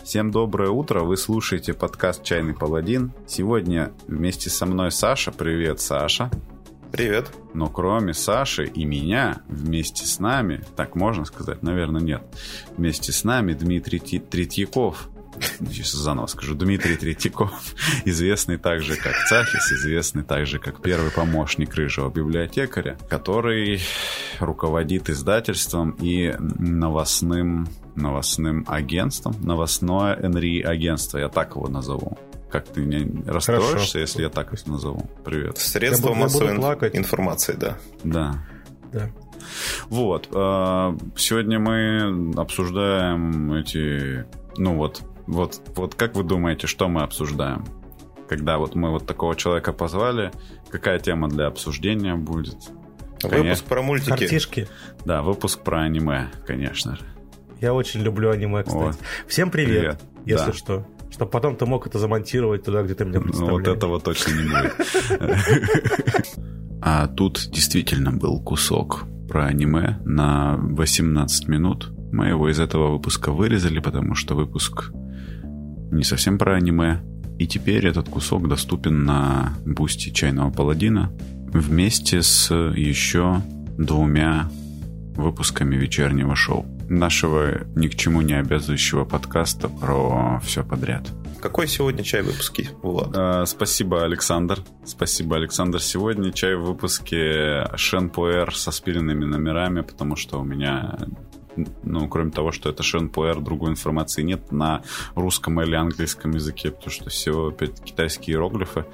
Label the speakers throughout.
Speaker 1: Всем доброе утро, вы слушаете подкаст «Чайный паладин». Сегодня вместе со мной Саша. Привет, Саша.
Speaker 2: Привет.
Speaker 1: Но кроме Саши и меня, вместе с нами, так можно сказать? Наверное, нет. Вместе с нами Дмитрий Третьяков. Сейчас заново скажу. Дмитрий Третьяков, известный также как Цахис, известный также как первый помощник рыжего библиотекаря, который руководит издательством и новостным агентством, новостное НРИ-агентство, я так его назову. Как ты не расстроишься, если я так его назову? Привет.
Speaker 2: Средства массовой информации, да.
Speaker 1: Да. Вот. Сегодня мы обсуждаем эти... Вот как вы думаете, что мы обсуждаем? Когда вот мы вот такого человека позвали, какая тема для обсуждения будет?
Speaker 2: Выпуск про мультики.
Speaker 3: Картишки.
Speaker 1: Да, выпуск про аниме, конечно же.
Speaker 3: Я очень люблю аниме, кстати.
Speaker 1: Вот.
Speaker 3: Всем привет, если что. Чтобы потом ты мог это замонтировать туда, где ты меня представляешь.
Speaker 1: Вот этого точно не будет. А тут действительно был кусок про аниме на 18 минут. Мы его из этого выпуска вырезали, потому что выпуск не совсем про аниме. И теперь этот кусок доступен на бусте «Чайного паладина» вместе с еще 2 выпусками вечернего шоу. Нашего ни к чему не обязывающего подкаста про все подряд.
Speaker 2: Какой сегодня чай в выпуске, Влад?
Speaker 1: Спасибо, Александр. Сегодня чай в выпуске Шен Пуэр со спиленными номерами, потому что у меня... кроме того, что это Шен Пуэр, другой информации нет на русском или английском языке, потому что все опять китайские иероглифы.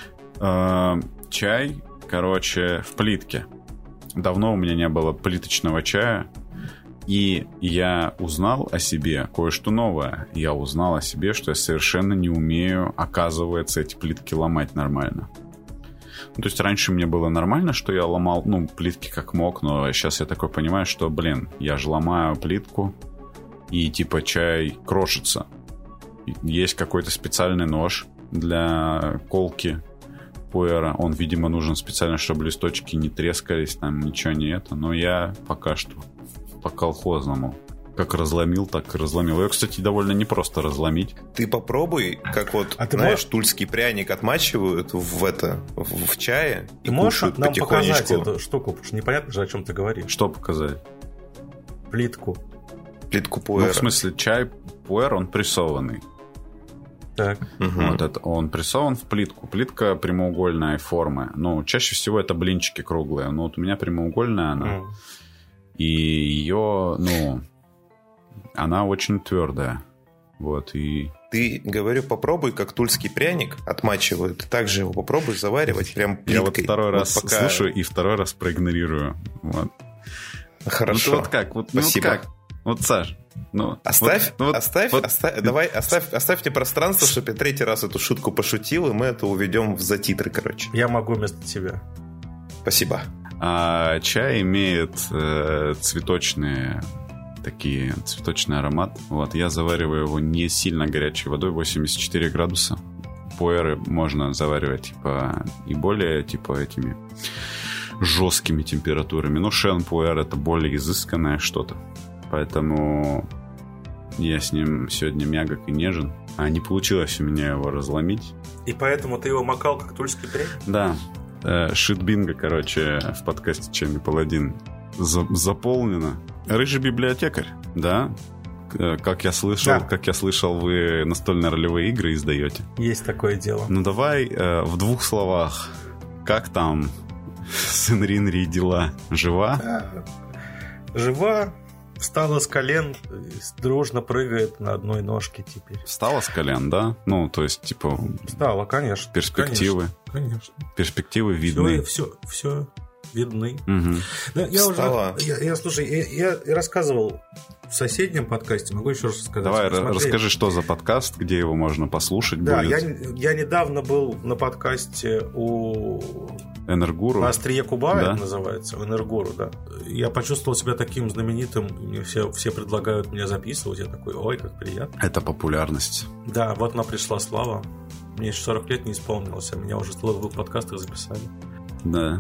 Speaker 1: Чай, в плитке. Давно у меня не было плиточного чая, и я узнал о себе кое-что новое. Я узнал о себе, что я совершенно не умею, оказывается, эти плитки ломать нормально. То есть раньше мне было нормально, что я ломал, плитки как мог, но сейчас я такой понимаю, что, я же ломаю плитку, и чай крошится. Есть какой-то специальный нож для колки пуэра. Он, видимо, нужен специально, чтобы листочки не трескались, там ничего не это. Но я пока что по-колхозному. Как разломил, так и разломил. Ее, кстати, довольно непросто разломить.
Speaker 2: Ты попробуй, как тульский пряник отмачивают в чае и кушают
Speaker 3: нам
Speaker 2: потихонечку.
Speaker 3: Показать эту штуку, потому что непонятно же, о чем ты говоришь.
Speaker 1: Что показать?
Speaker 3: Плитку
Speaker 2: пуэра.
Speaker 1: В смысле, чай пуэр, он прессованный.
Speaker 3: Так.
Speaker 1: Вот это он прессован в плитку. Плитка прямоугольной формы. Чаще всего это блинчики круглые. Но вот у меня прямоугольная она. И ее, она очень твердая. Вот, и...
Speaker 2: Ты, говорю, попробуй, как тульский пряник отмачивают. Также его попробуй заваривать прям плиткой.
Speaker 1: Я вот второй раз слушаю и второй раз проигнорирую. Вот.
Speaker 2: Хорошо.
Speaker 1: Вот как?
Speaker 2: Спасибо.
Speaker 1: Вот, Саш.
Speaker 2: Оставь мне пространство, чтобы я 3-й раз эту шутку пошутил, и мы это уведем в затитры, короче.
Speaker 3: Я могу вместо тебя.
Speaker 2: Спасибо.
Speaker 1: А чай имеет цветочный аромат. Вот, я завариваю его не сильно горячей водой, 84 градуса. Пуэры можно заваривать и более этими жесткими температурами. Но Шен Пуэр это более изысканное что-то. Поэтому я с ним сегодня мягок и нежен. А не получилось у меня его разломить.
Speaker 3: И поэтому ты его макал, как тульский пряник? Да.
Speaker 1: Шит-бинго, в подкасте «Чайный паладин» заполнено. Рыжий библиотекарь, да? Как я слышал, вы настольно-ролевые игры издаете.
Speaker 3: Есть такое дело.
Speaker 1: Давай в 2 словах. Как там с Инринри дела? Жива?
Speaker 3: Жива. Встала с колен, дружно прыгает на одной ножке теперь.
Speaker 1: Встала с колен, да? То есть,
Speaker 3: Встала, конечно.
Speaker 1: Перспективы.
Speaker 3: Конечно.
Speaker 1: Перспективы видны.
Speaker 3: Все видны.
Speaker 1: Угу.
Speaker 3: Да, слушай, я рассказывал в соседнем подкасте, могу еще раз сказать.
Speaker 1: Давай, расскажи, что за подкаст, где его можно послушать.
Speaker 3: Да,
Speaker 1: будет.
Speaker 3: я недавно был на подкасте у
Speaker 1: Энергуру.
Speaker 3: На острие Куба, да? Это называется, в Энергуру, да. Я почувствовал себя таким знаменитым, мне все предлагают меня записывать, я такой, ой, как приятно.
Speaker 1: Это популярность.
Speaker 3: Да, вот она пришла слава. Мне еще 40 лет не исполнилось, а меня уже в 2 подкастах записали.
Speaker 1: Да.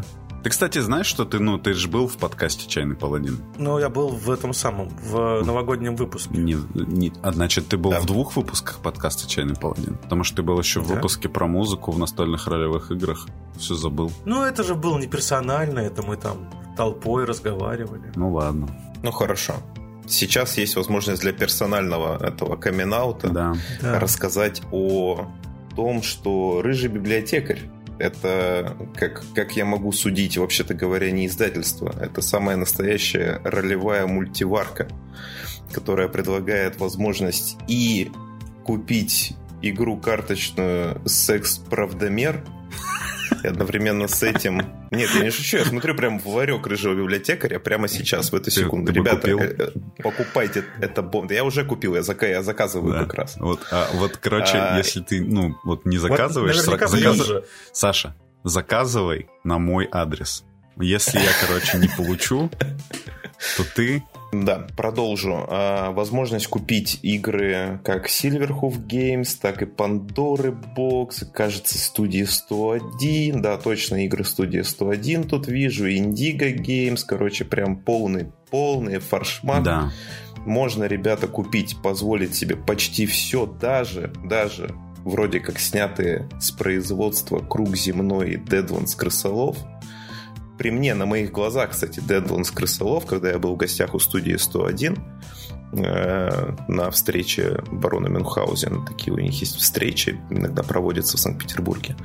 Speaker 1: Ты, кстати, знаешь, что ты же был в подкасте «Чайный паладин»?
Speaker 3: Ну, я был в этом самом, в новогоднем выпуске.
Speaker 1: Значит, ты был в 2 выпусках подкаста «Чайный паладин», потому что ты был еще в выпуске про музыку в настольных ролевых играх. Все забыл.
Speaker 3: Ну, это же было не персонально, это мы там толпой разговаривали.
Speaker 1: Ну, ладно.
Speaker 2: Ну, хорошо. Сейчас есть возможность для персонального этого камин-аута рассказать о том, что «Рыжий библиотекарь» — это, как я могу судить, вообще-то говоря, не издательство. Это самая настоящая ролевая мультиварка, которая предлагает возможность и купить игру карточную «Секс-правдомер», и одновременно с этим... Нет, я не шучу, я смотрю прям в ларек «Рыжего библиотекаря» прямо сейчас, в эту секунду. Ребята, покупайте это бомба. Я уже купил, я заказываю как раз.
Speaker 1: Короче, если ты, не заказываешь... Саша, заказывай на мой адрес. Если я, не получу, то ты...
Speaker 2: Да, продолжу. Возможность купить игры как Silverhoof Games, так и Pandora Box, кажется, студии 101. Да, точно, игры студии 101 тут вижу. Indigo Games, прям полный фаршмак.
Speaker 1: Да.
Speaker 2: Можно, ребята, купить, позволить себе почти все, даже вроде как снятые с производства «Круг земной» и Deadlands Крысолов. При мне, на моих глазах, кстати, Deadlands Крысолов, когда я был в гостях у студии 101 на встрече барона Мюнхгаузена, такие у них есть встречи, иногда проводятся в Санкт-Петербурге,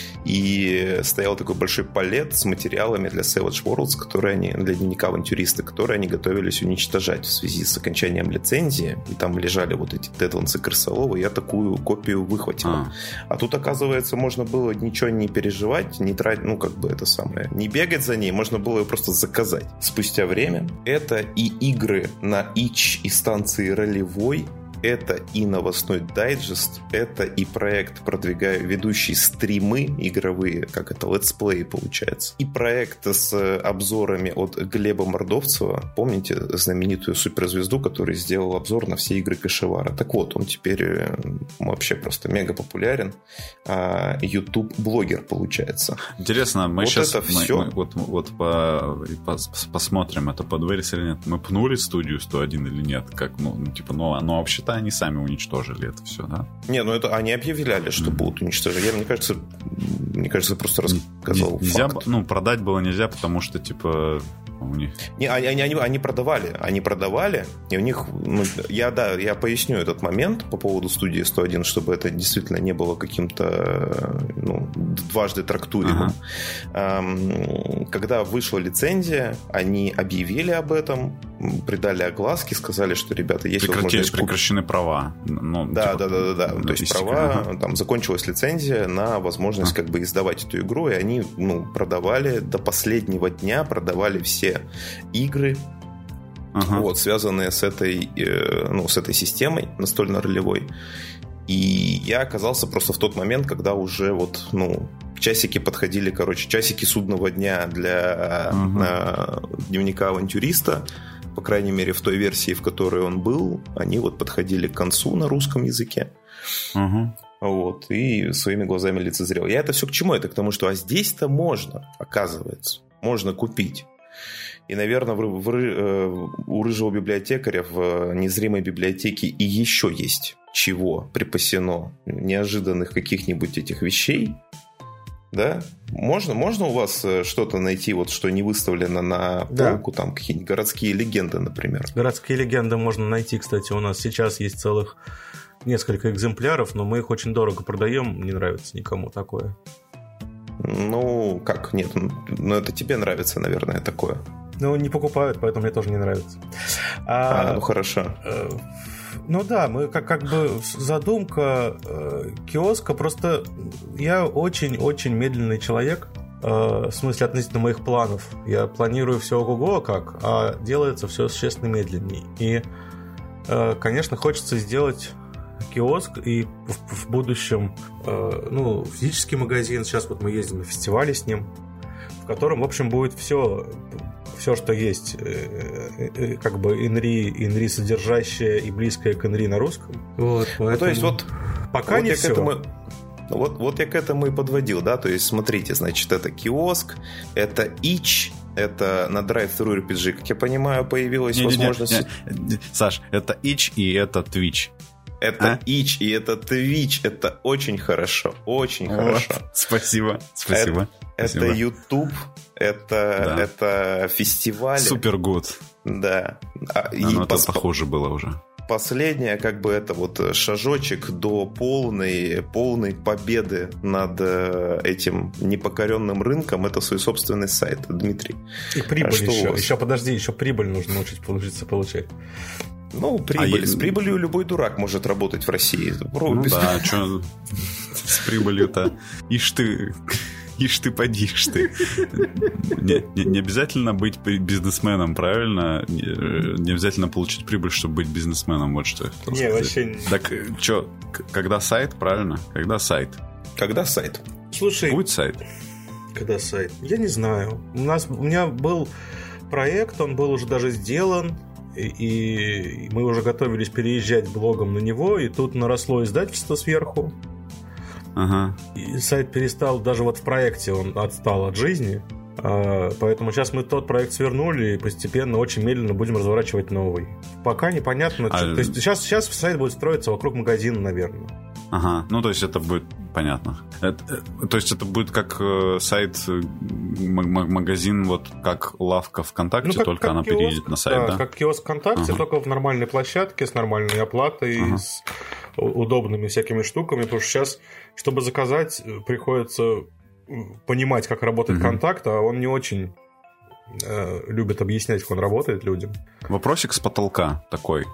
Speaker 2: и стоял такой большой палет с материалами для Savage Worlds, для дневника авантюриста, которые они готовились уничтожать в связи с окончанием лицензии, и там лежали вот эти Deadlands и Крысолова, и я такую копию выхватил. А тут, оказывается, можно было ничего не переживать, не тратить, не бегать за ней, можно было ее просто заказать. Спустя время это и игры на itch и станции ролевой, это и новостной дайджест, это и проект, ведущий стримы игровые, как это, летсплей получается, и проект с обзорами от Глеба Мордовцева, помните знаменитую суперзвезду, который сделал обзор на все игры Кашевара? Так вот, он теперь вообще просто мега популярен, YouTube-блогер получается.
Speaker 1: Интересно, мы сейчас посмотрим, это подверится или нет. Мы пнули студию 101 или нет? Но вообще-то они сами уничтожили это все, да?
Speaker 2: Не, это они объявляли, что будут уничтожать. Мне кажется, просто рассказал факт.
Speaker 1: Продать было нельзя, потому что, у них...
Speaker 2: Не, они продавали, и у них... Я поясню этот момент по поводу студии 101, чтобы это действительно не было каким-то дважды трактуемым. Когда вышла лицензия, они объявили об этом, придали огласки, сказали, что, ребята, есть возможность...
Speaker 1: Прекращены права.
Speaker 2: Да. То есть права, там закончилась лицензия на возможность издавать эту игру, и они продавали до последнего дня, продавали все игры, связанные с этой системой настольно-ролевой. И я оказался просто в тот момент, когда уже часики подходили, часики судного дня для дневника авантюриста, по крайней мере, в той версии, в которой он был, они подходили к концу на русском языке. И своими глазами лицезрел. Я это все к чему? Это к тому, что здесь-то можно, оказывается, можно купить. И, наверное, у Рыжего библиотекаря в незримой библиотеке и еще есть чего припасено, неожиданных каких-нибудь этих вещей. Да? Можно у вас что-то найти, что не выставлено на полку, там какие-нибудь городские легенды, например?
Speaker 3: Городские легенды можно найти, кстати, у нас сейчас есть целых несколько экземпляров, но мы их очень дорого продаем, не нравится никому такое.
Speaker 2: Как? Нет, это тебе нравится, наверное, такое.
Speaker 3: Не покупают, поэтому мне тоже не нравится.
Speaker 2: Хорошо.
Speaker 3: Мы задумка киоска, просто я очень-очень медленный человек, в смысле относительно моих планов. Я планирую все ого-го как, а делается все существенно медленнее. И, конечно, хочется сделать киоск и в будущем физический магазин. Сейчас мы ездим на фестивале с ним, в котором, в общем, будет все, что есть, инри содержащее и близкое к инри на русском.
Speaker 2: Поэтому...
Speaker 3: пока не все.
Speaker 2: Вот я к этому и подводил, да, то есть смотрите, значит, это киоск, это itch, это на Drive-Thru RPG, как я понимаю, появилась возможность...
Speaker 1: Саш, это itch и это Twitch.
Speaker 2: Это itch и это Twitch, это очень хорошо, очень хорошо.
Speaker 1: Спасибо.
Speaker 2: Это YouTube, это фестиваль.
Speaker 1: Супер гуд.
Speaker 2: Да.
Speaker 1: Это похоже было уже.
Speaker 2: Последнее, как бы это вот шажочек до полной победы над этим непокоренным рынком, это свой собственный сайт, Дмитрий.
Speaker 3: И прибыль еще подожди, еще прибыль нужно научиться получать.
Speaker 2: Ну, прибыль. С прибылью любой дурак может работать в России.
Speaker 1: Да, что с прибылью-то? Ишь ты, подишь ты. Не обязательно быть бизнесменом, правильно? Не обязательно получить прибыль, чтобы быть бизнесменом. Вот что я хотел сказать.
Speaker 3: Вообще...
Speaker 1: Так, что, когда сайт, правильно? Когда сайт?
Speaker 3: Слушай...
Speaker 1: Будет сайт?
Speaker 3: Когда сайт? Я не знаю. У меня был проект, он был уже даже сделан, и мы уже готовились переезжать блогом на него, и тут наросло издательство сверху.
Speaker 1: Ага.
Speaker 3: И сайт перестал, даже вот в проекте он отстал от жизни, поэтому сейчас мы тот проект свернули и постепенно, очень медленно будем разворачивать новый. Пока непонятно, то есть сейчас сайт будет строиться вокруг магазина, наверное.
Speaker 1: Ага, ну то есть это будет понятно. То есть это будет как сайт, магазин, вот как лавка ВКонтакте, только она киоск, переедет на сайт, да?
Speaker 3: Как киоск ВКонтакте, только в нормальной площадке, с нормальной оплатой, с удобными всякими штуками, потому что сейчас, чтобы заказать, приходится понимать, как работает контакт, а он не очень любит объяснять, как он работает людям.
Speaker 1: Вопросик с потолка такой.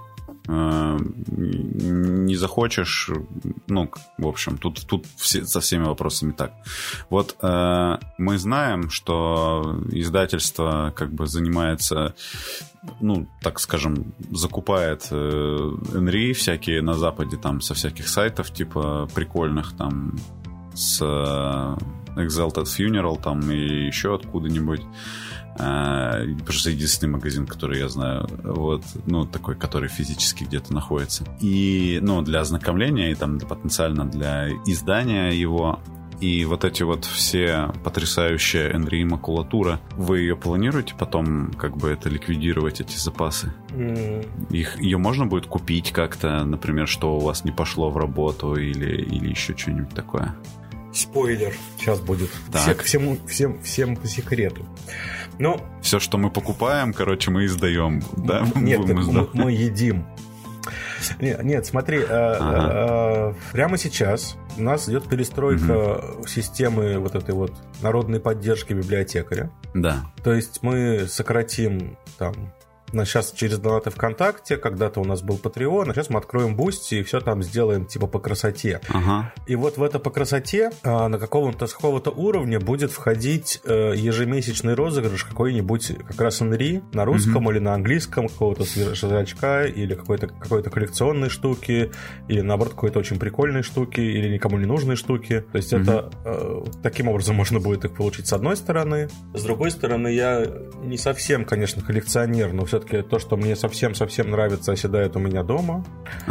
Speaker 1: Не захочешь, ну, в общем, тут со всеми вопросами так. Вот мы знаем, что издательство как бы занимается, ну, так скажем, закупает NRI всякие на Западе, там, со всяких сайтов, типа, прикольных, там, с Exalted Funeral, там, и еще откуда-нибудь. Просто единственный магазин, который я знаю, вот, ну, такой, который физически где-то находится. И, ну, для ознакомления и там потенциально для издания его. И вот эти вот все потрясающая NRI макулатура, вы ее планируете потом как бы это ликвидировать, эти запасы? Ее можно будет купить как-то, например, что у вас не пошло в работу или еще что-нибудь такое?
Speaker 3: Спойлер, сейчас будет. Всем по секрету. Но...
Speaker 1: Все, что мы покупаем, короче, мы издаем, да?
Speaker 3: Нет, мы едим. Нет, смотри, прямо сейчас у нас идет перестройка системы вот этой вот народной поддержки библиотекаря.
Speaker 1: Да.
Speaker 3: То есть мы сократим там... Сейчас через донаты ВКонтакте, когда-то у нас был Patreon, а сейчас мы откроем Boosty и все там сделаем типа по красоте. И вот в это по красоте с какого-то уровня будет входить ежемесячный розыгрыш какой-нибудь как раз NRI на русском или на английском, какого-то свежачка или какой-то коллекционной штуки, или наоборот какой-то очень прикольной штуки, или никому не нужной штуки. То есть это таким образом можно будет их получить с одной стороны. С другой стороны, я не совсем, конечно, коллекционер, но все то, что мне совсем-совсем нравится, оседает у меня дома.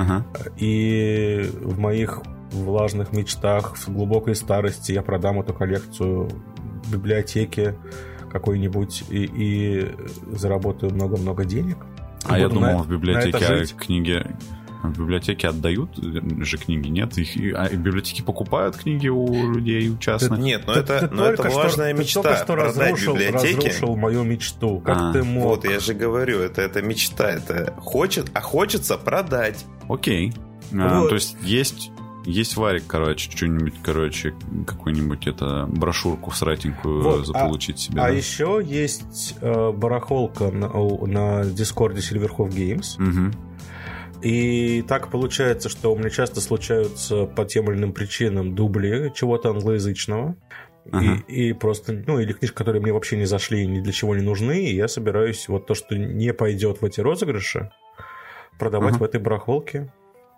Speaker 3: И в моих влажных мечтах, в глубокой старости я продам эту коллекцию в библиотеке какой-нибудь и заработаю много-много денег.
Speaker 1: Я думал, в библиотеке книги... В библиотеке отдают же книги, нет? В библиотеки покупают книги у людей, у частных?
Speaker 2: Нет, но это важная мечта. Ты только что
Speaker 3: разрушил мою мечту. Как ты мог?
Speaker 2: Вот, я же говорю, это мечта. Это хочется продать.
Speaker 1: Окей.
Speaker 3: Вот.
Speaker 1: То есть есть варик, что-нибудь, какую-нибудь брошюрку сратенькую заполучить себе.
Speaker 3: А еще есть барахолка на Дискорде Silverhoof Games. И так получается, что у меня часто случаются по тем или иным причинам дубли чего-то англоязычного. И просто, или книжки, которые мне вообще не зашли и ни для чего не нужны, и я собираюсь вот то, что не пойдет в эти розыгрыши, продавать в этой барахолке.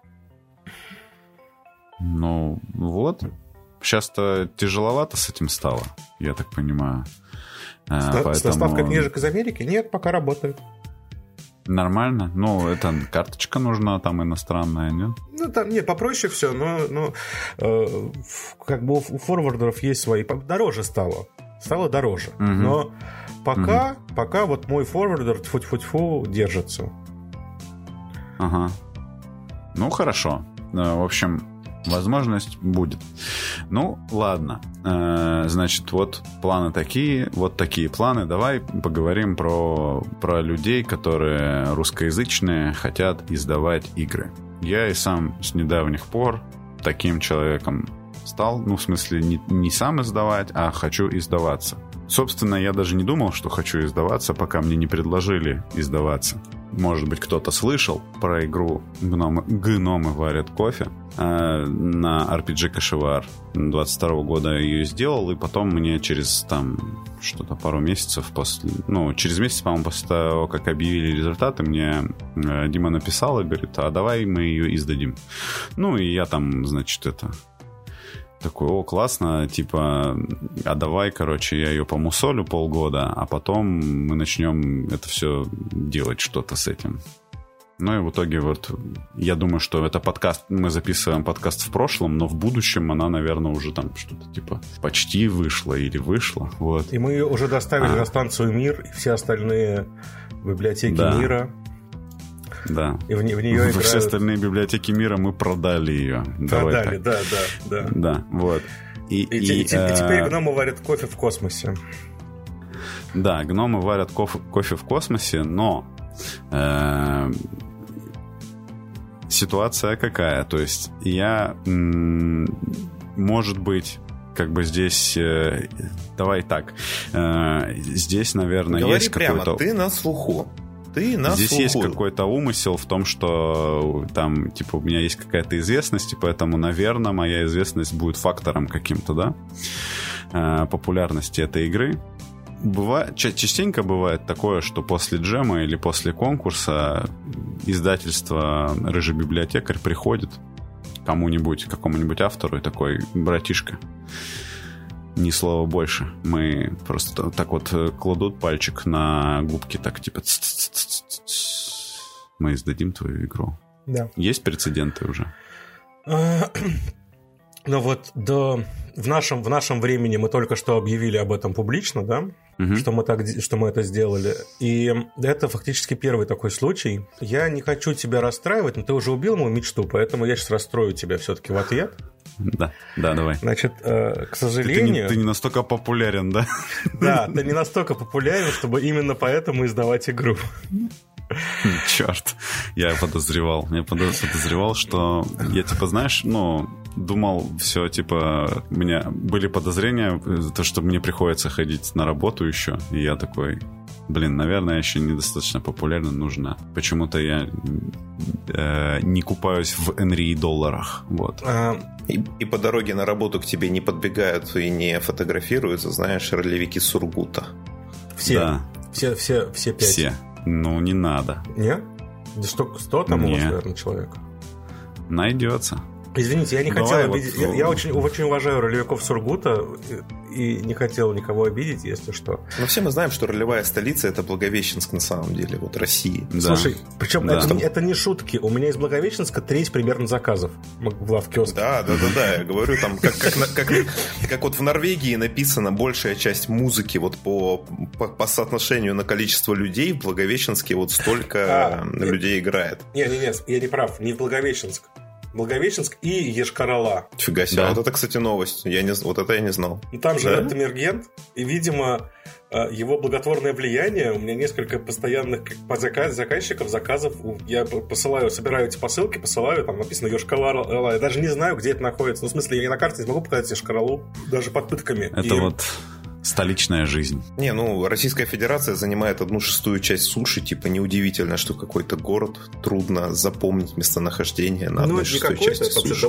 Speaker 1: Ну, вот. Сейчас-то тяжеловато с этим стало, я так понимаю.
Speaker 3: Доставка книжек из Америки? Нет, пока работает.
Speaker 1: Нормально? Ну, это карточка нужна там иностранная, нет?
Speaker 3: Ну, там, не, попроще все, но как бы у форвардеров есть свои... Дороже стало. Стало дороже. Угу. Но пока вот мой форвардер тьфу-тьфу-тьфу держится.
Speaker 1: Ага. Ну, хорошо. В общем, возможность будет. Ну, ладно. Значит, вот планы такие, вот такие планы. Давай поговорим про людей, которые русскоязычные, хотят издавать игры. Я и сам с недавних пор таким человеком стал. Ну, в смысле, не сам издавать, а хочу издаваться. Собственно, я даже не думал, что хочу издаваться, пока мне не предложили издаваться. Может быть, кто-то слышал про игру «Гномы варят кофе» на RPG Кашевар. 22 года ее сделал, и потом мне через там что-то пару месяцев после... Ну, через месяц, по-моему, после того, как объявили результаты, мне Дима написал и говорит, а давай мы ее издадим. Ну, и я там, значит, такой, о, классно, типа, а давай, короче, я ее помусолю полгода, а потом мы начнем это все делать, что-то с этим. Ну и в итоге вот, я думаю, что это подкаст, мы записываем подкаст в прошлом, но в будущем она, наверное, уже там что-то типа почти вышла или вышла, вот.
Speaker 3: И мы ее уже доставили на станцию «Мир» и все остальные библиотеки мира.
Speaker 1: Да.
Speaker 3: И в нее играют...
Speaker 1: Все остальные библиотеки мира мы продали ее.
Speaker 3: Продали, да.
Speaker 1: Да, вот. И
Speaker 3: теперь гномы варят кофе в космосе.
Speaker 1: Да, гномы варят кофе в космосе, но ситуация какая? То есть я, может быть, как бы здесь... давай так. Здесь, наверное,
Speaker 2: говори
Speaker 1: есть
Speaker 2: прямо,
Speaker 1: какой-то...
Speaker 2: ты на слуху.
Speaker 1: Здесь есть какой-то умысел в том, что там, типа, у меня есть какая-то известность, и поэтому, наверное, моя известность будет фактором каким-то, да, популярности этой игры. Частенько бывает такое, что после джема или после конкурса издательство «Рыжий библиотекарь» приходит к какому-нибудь автору и такой: братишка, ни слова больше. Мы просто так вот кладут пальчик на губки, так типа мы издадим твою игру.
Speaker 3: Да.
Speaker 1: Есть прецеденты уже?
Speaker 3: Ну вот в нашем времени мы только что объявили об этом публично, да? Угу. Что мы это сделали. И это фактически первый такой случай. Я не хочу тебя расстраивать, но ты уже убил мою мечту, поэтому я сейчас расстрою тебя все-таки в ответ.
Speaker 1: Да, давай.
Speaker 3: Значит, к сожалению...
Speaker 1: Ты не настолько популярен, да?
Speaker 3: Да, ты не настолько популярен, чтобы именно поэтому издавать игру.
Speaker 1: Черт, я подозревал, что я, типа, знаешь, думал, все, типа, у меня были подозрения, то, что мне приходится ходить на работу еще, и я такой, наверное, еще недостаточно популярно, нужно. Почему-то я не купаюсь в NRE долларах, вот.
Speaker 2: И по дороге на работу к тебе не подбегают и не фотографируются, знаешь, ролевики Сургута.
Speaker 3: Все, да. Все 5.
Speaker 1: Все. Ну, не надо.
Speaker 3: Нет? Да 100 там у вас, наверное, человек.
Speaker 1: Найдется.
Speaker 3: Извините, я не хотел обидеть. Я очень уважаю ролевиков Сургута и не хотел никого обидеть, если что.
Speaker 2: Но все мы знаем, что ролевая столица — это Благовещенск на самом деле, вот России.
Speaker 3: Да. Слушай, причем это не шутки. У меня из Благовещенска треть примерно заказов в лавкиоске.
Speaker 2: Да, я говорю, там, как вот в Норвегии написано, большая часть музыки вот по соотношению на количество людей, в Благовещенске вот столько людей играет.
Speaker 3: Нет, я не прав, не в Благовещенск. Благовещенск и Йошкар-Ола.
Speaker 2: Фига себе. Да. Вот это, кстати, новость. Вот это я не знал.
Speaker 3: Там живет Тамергент, и, видимо, его благотворное влияние, у меня несколько постоянных заказчиков, заказов, я посылаю, собираю эти посылки, посылаю, там написано Йошкар-Ола. Я даже не знаю, где это находится. Ну, в смысле, я на карте не смогу показать Йошкар-Олу, даже под пытками.
Speaker 1: Это вот... столичная жизнь.
Speaker 2: Российская Федерация занимает 1/6 часть суши. Типа неудивительно, что какой-то город трудно запомнить местонахождение на 1/6 части суши.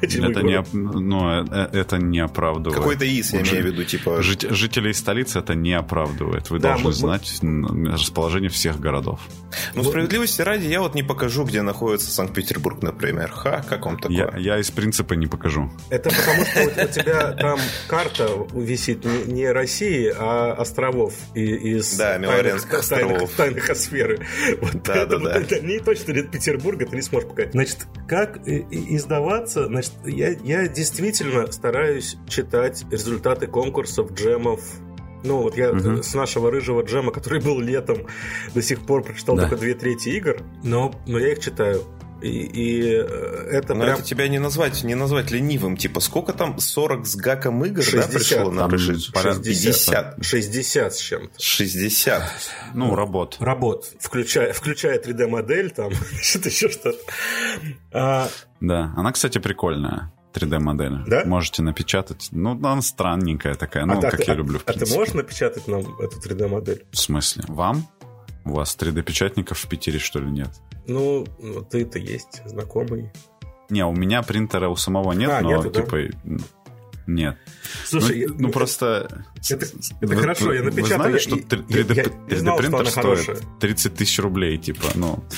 Speaker 1: Это не оправдывает.
Speaker 2: Какой-то ИС, я имею в виду, типа...
Speaker 1: Жителей столицы это не оправдывает. Вы должны знать расположение всех городов.
Speaker 2: Справедливости ради, я вот не покажу, где находится Санкт-Петербург, например. Как вам такое?
Speaker 1: Я из принципа не покажу.
Speaker 3: Это потому, что у тебя там карта висит не России, а островов из тайных сферы. Вот они точно нет Петербурга, ты не сможешь показать. Значит, как издаваться? Значит, я действительно стараюсь читать результаты конкурсов, джемов. Ну, вот я с нашего рыжего джема, который был летом, до сих пор прочитал только 2/3 игр, но я их читаю. И это
Speaker 2: но
Speaker 3: прям...
Speaker 2: это тебя не назвать ленивым. Типа, сколько там? 40 с гаком игр,
Speaker 3: 60,
Speaker 2: да, пришло на
Speaker 3: 50. 60 с чем-то.
Speaker 2: 60.
Speaker 1: Ну, работ.
Speaker 3: Включая 3D-модель, там, что-то еще что-то.
Speaker 1: Да, она, кстати, прикольная. 3D-модель.
Speaker 3: Да?
Speaker 1: Можете напечатать. Ну, она странненькая такая, я люблю, в принципе.
Speaker 3: А ты можешь напечатать нам эту 3D-модель?
Speaker 1: В смысле? Вам? У вас 3D-печатников в Питере, что ли, нет?
Speaker 3: Ну, ты-то есть, знакомый.
Speaker 1: Не, у меня принтера у самого нет, но
Speaker 3: нету,
Speaker 1: типа... Да? Нет.
Speaker 3: Слушай,
Speaker 1: просто...
Speaker 3: Это хорошо, я напечатаю.
Speaker 1: Вы знали, что 3D-принтер стоит 30 тысяч рублей, типа,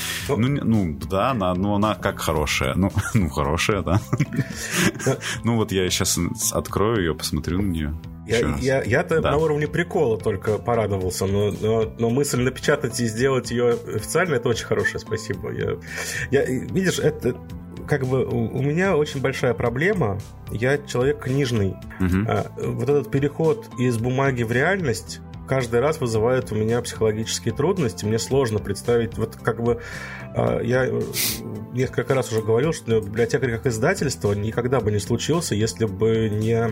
Speaker 1: да, она как хорошая. Ну, хорошая, да. Ну, вот я сейчас открою ее, посмотрю на нее.
Speaker 3: Я-то на уровне прикола только порадовался, но мысль напечатать и сделать ее официально, это очень хорошее, спасибо. Видишь, это... Как бы у меня очень большая проблема. Я человек книжный. Вот этот переход из бумаги в реальность каждый раз вызывает у меня психологические трудности. Мне сложно представить. Вот как бы я несколько раз уже говорил, что библиотекарь как издательство никогда бы не случился, если бы не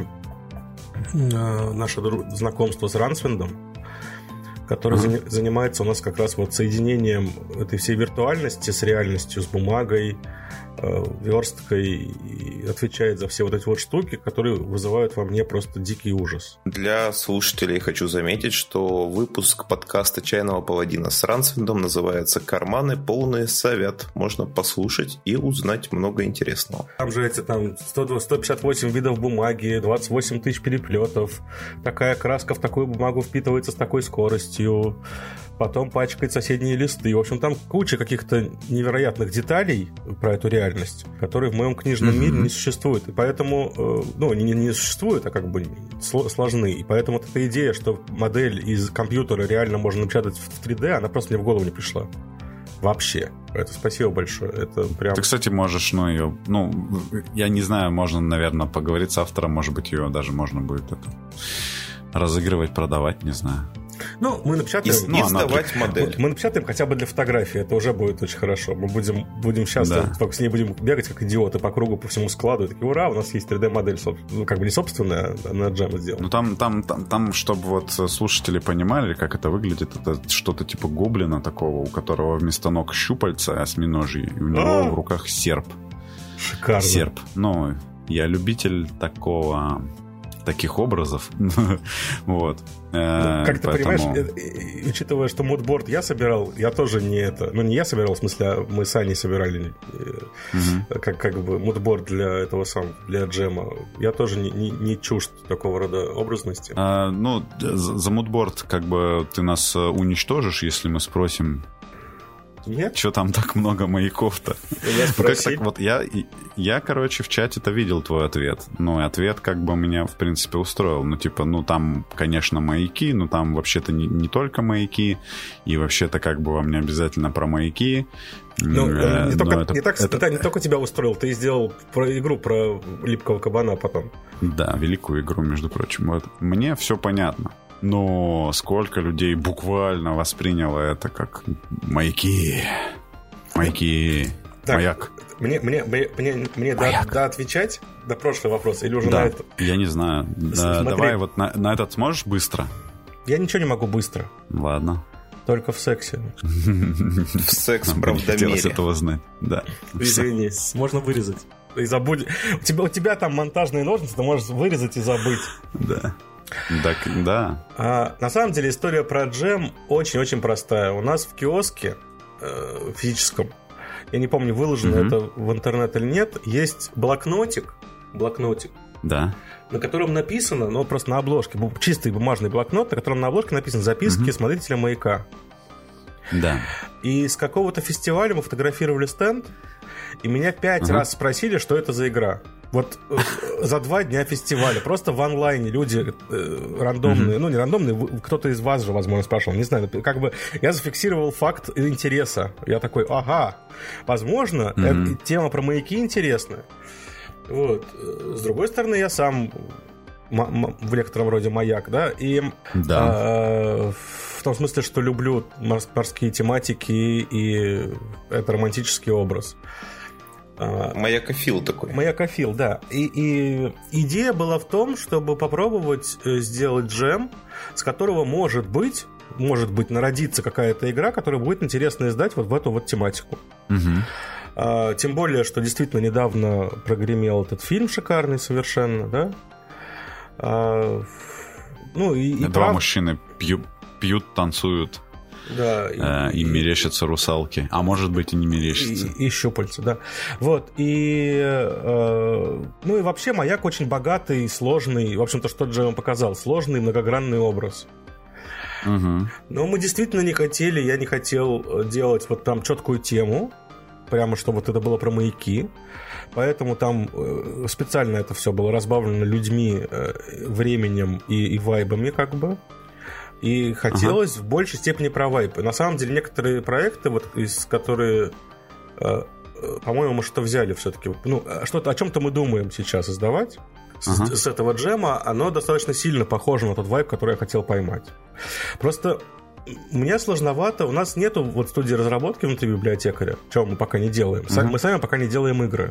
Speaker 3: наше знакомство с Рансвиндом, который занимается у нас как раз вот соединением этой всей виртуальности с реальностью, с бумагой, версткой, и отвечает за все вот эти вот штуки, которые вызывают во мне просто дикий ужас.
Speaker 2: Для слушателей хочу заметить, что выпуск подкаста «Чайного паладина» с Рансвиндом называется «Карманы полные совет». Можно послушать и узнать много интересного.
Speaker 3: Там же 158 видов бумаги, 28 тысяч переплетов, такая краска в такую бумагу впитывается с такой скоростью, потом пачкает соседние листы. В общем, там куча каких-то невероятных деталей про эту реальность, которые в моем книжном мире не существуют. И поэтому, не существуют, а как бы сложны. И поэтому вот эта идея, что модель из компьютера реально можно напечатать в 3D, она просто мне в голову не пришла. Вообще. Это спасибо большое. Это прям...
Speaker 1: Ты, кстати, можешь, ее... я не знаю, можно, наверное, поговорить с автором, может быть, ее даже можно будет разыгрывать, продавать, не знаю.
Speaker 3: Мы напечатаем...
Speaker 2: Издавать модель.
Speaker 3: Мы напечатаем хотя бы для фотографии. Это уже будет очень хорошо. Мы будем счастливы. Только с ней будем бегать, как идиоты, по кругу, по всему складу. И такие, ура, у нас есть 3D-модель. Как бы не собственная, а на джема сделана.
Speaker 1: Там, чтобы вот слушатели понимали, как это выглядит, это что-то типа гоблина такого, у которого вместо ног щупальца осьминожьи, и у него в руках серп.
Speaker 3: Шикарно.
Speaker 1: Серп. Я любитель таких образов. Вот.
Speaker 3: Как ты понимаешь, учитывая, что мудборд я собирал, я тоже не это... не я собирал, в смысле, а мы с Аней собирали как бы мудборд для для джема. Я тоже не чужд такого рода образности.
Speaker 1: За мудборд как бы ты нас уничтожишь, если мы спросим...
Speaker 3: Нет?
Speaker 1: Что там так много маяков-то? Я, короче, в чате-то видел твой ответ. Ответ как бы меня, в принципе, устроил. Там, конечно, маяки, но там вообще-то не только маяки. И вообще-то как бы вам не обязательно про маяки.
Speaker 3: Не только тебя устроил, ты сделал игру про липкого кабана потом.
Speaker 1: Да, великую игру, между прочим. Вот. Мне все понятно. Но сколько людей буквально восприняло это как маяки,
Speaker 3: так,
Speaker 1: маяк.
Speaker 3: Мне отвечать на прошлый вопрос или уже
Speaker 1: на
Speaker 3: это?
Speaker 1: Я не знаю. Давай вот на этот сможешь быстро?
Speaker 3: Я ничего не могу быстро.
Speaker 1: Ладно.
Speaker 3: Только в сексе.
Speaker 2: В секс-правдомере.
Speaker 1: Хотелось этого знать. Да.
Speaker 3: Извини, можно вырезать. И забудь. У тебя там монтажные ножницы, ты можешь вырезать и забыть.
Speaker 1: Да. Так, да.
Speaker 3: На самом деле история про джем очень-очень простая. У нас в киоске физическом, я не помню, выложено это в интернет или нет, есть блокнотик,
Speaker 1: да,
Speaker 3: на котором написано, просто на обложке, чистый бумажный блокнот, на котором на обложке написано «Записки смотрителя маяка».
Speaker 1: Да.
Speaker 3: И с какого-то фестиваля мы фотографировали стенд, и меня 5 раз спросили, что это за игра. Вот за 2 дня фестиваля. Просто в онлайне люди рандомные, ну не рандомные, кто-то из вас же, возможно, спрашивал, не знаю, как бы я зафиксировал факт интереса. Я такой, ага, возможно, тема про маяки интересная. Вот. С другой стороны, я сам в некотором роде маяк, да, и в том смысле, что люблю морские тематики, и это романтический образ.
Speaker 2: Маякофил такой.
Speaker 3: Маякофил, да. И идея была в том, чтобы попробовать сделать джем, с которого может быть народится какая-то игра, которая будет интересно издать вот в эту вот тематику. Тем более, что действительно недавно прогремел этот фильм шикарный совершенно, да? Ну,
Speaker 1: Два мужчины пьют, танцуют.
Speaker 3: Да,
Speaker 1: и мерещатся русалки. А может быть, и не мерещатся.
Speaker 3: И щупальца, да. Вот. Ну и вообще маяк очень богатый, сложный. В общем-то, что Джем показал. Сложный, многогранный образ. Но мы действительно не хотели, я не хотел делать вот там четкую тему. Прямо, чтобы вот это было про маяки. Поэтому там специально это все было разбавлено людьми, временем и вайбами, как бы. И хотелось в большей степени про вайб. На самом деле, некоторые проекты, вот, из которые, по-моему, мы что-то взяли все-таки. Ну, что-то, о чем-то мы думаем сейчас издавать с этого джема, оно достаточно сильно похоже на тот вайб, который я хотел поймать. Просто мне сложновато. У нас нету вот студии разработки внутри библиотекаря, чего мы пока не делаем. Мы сами пока не делаем игры.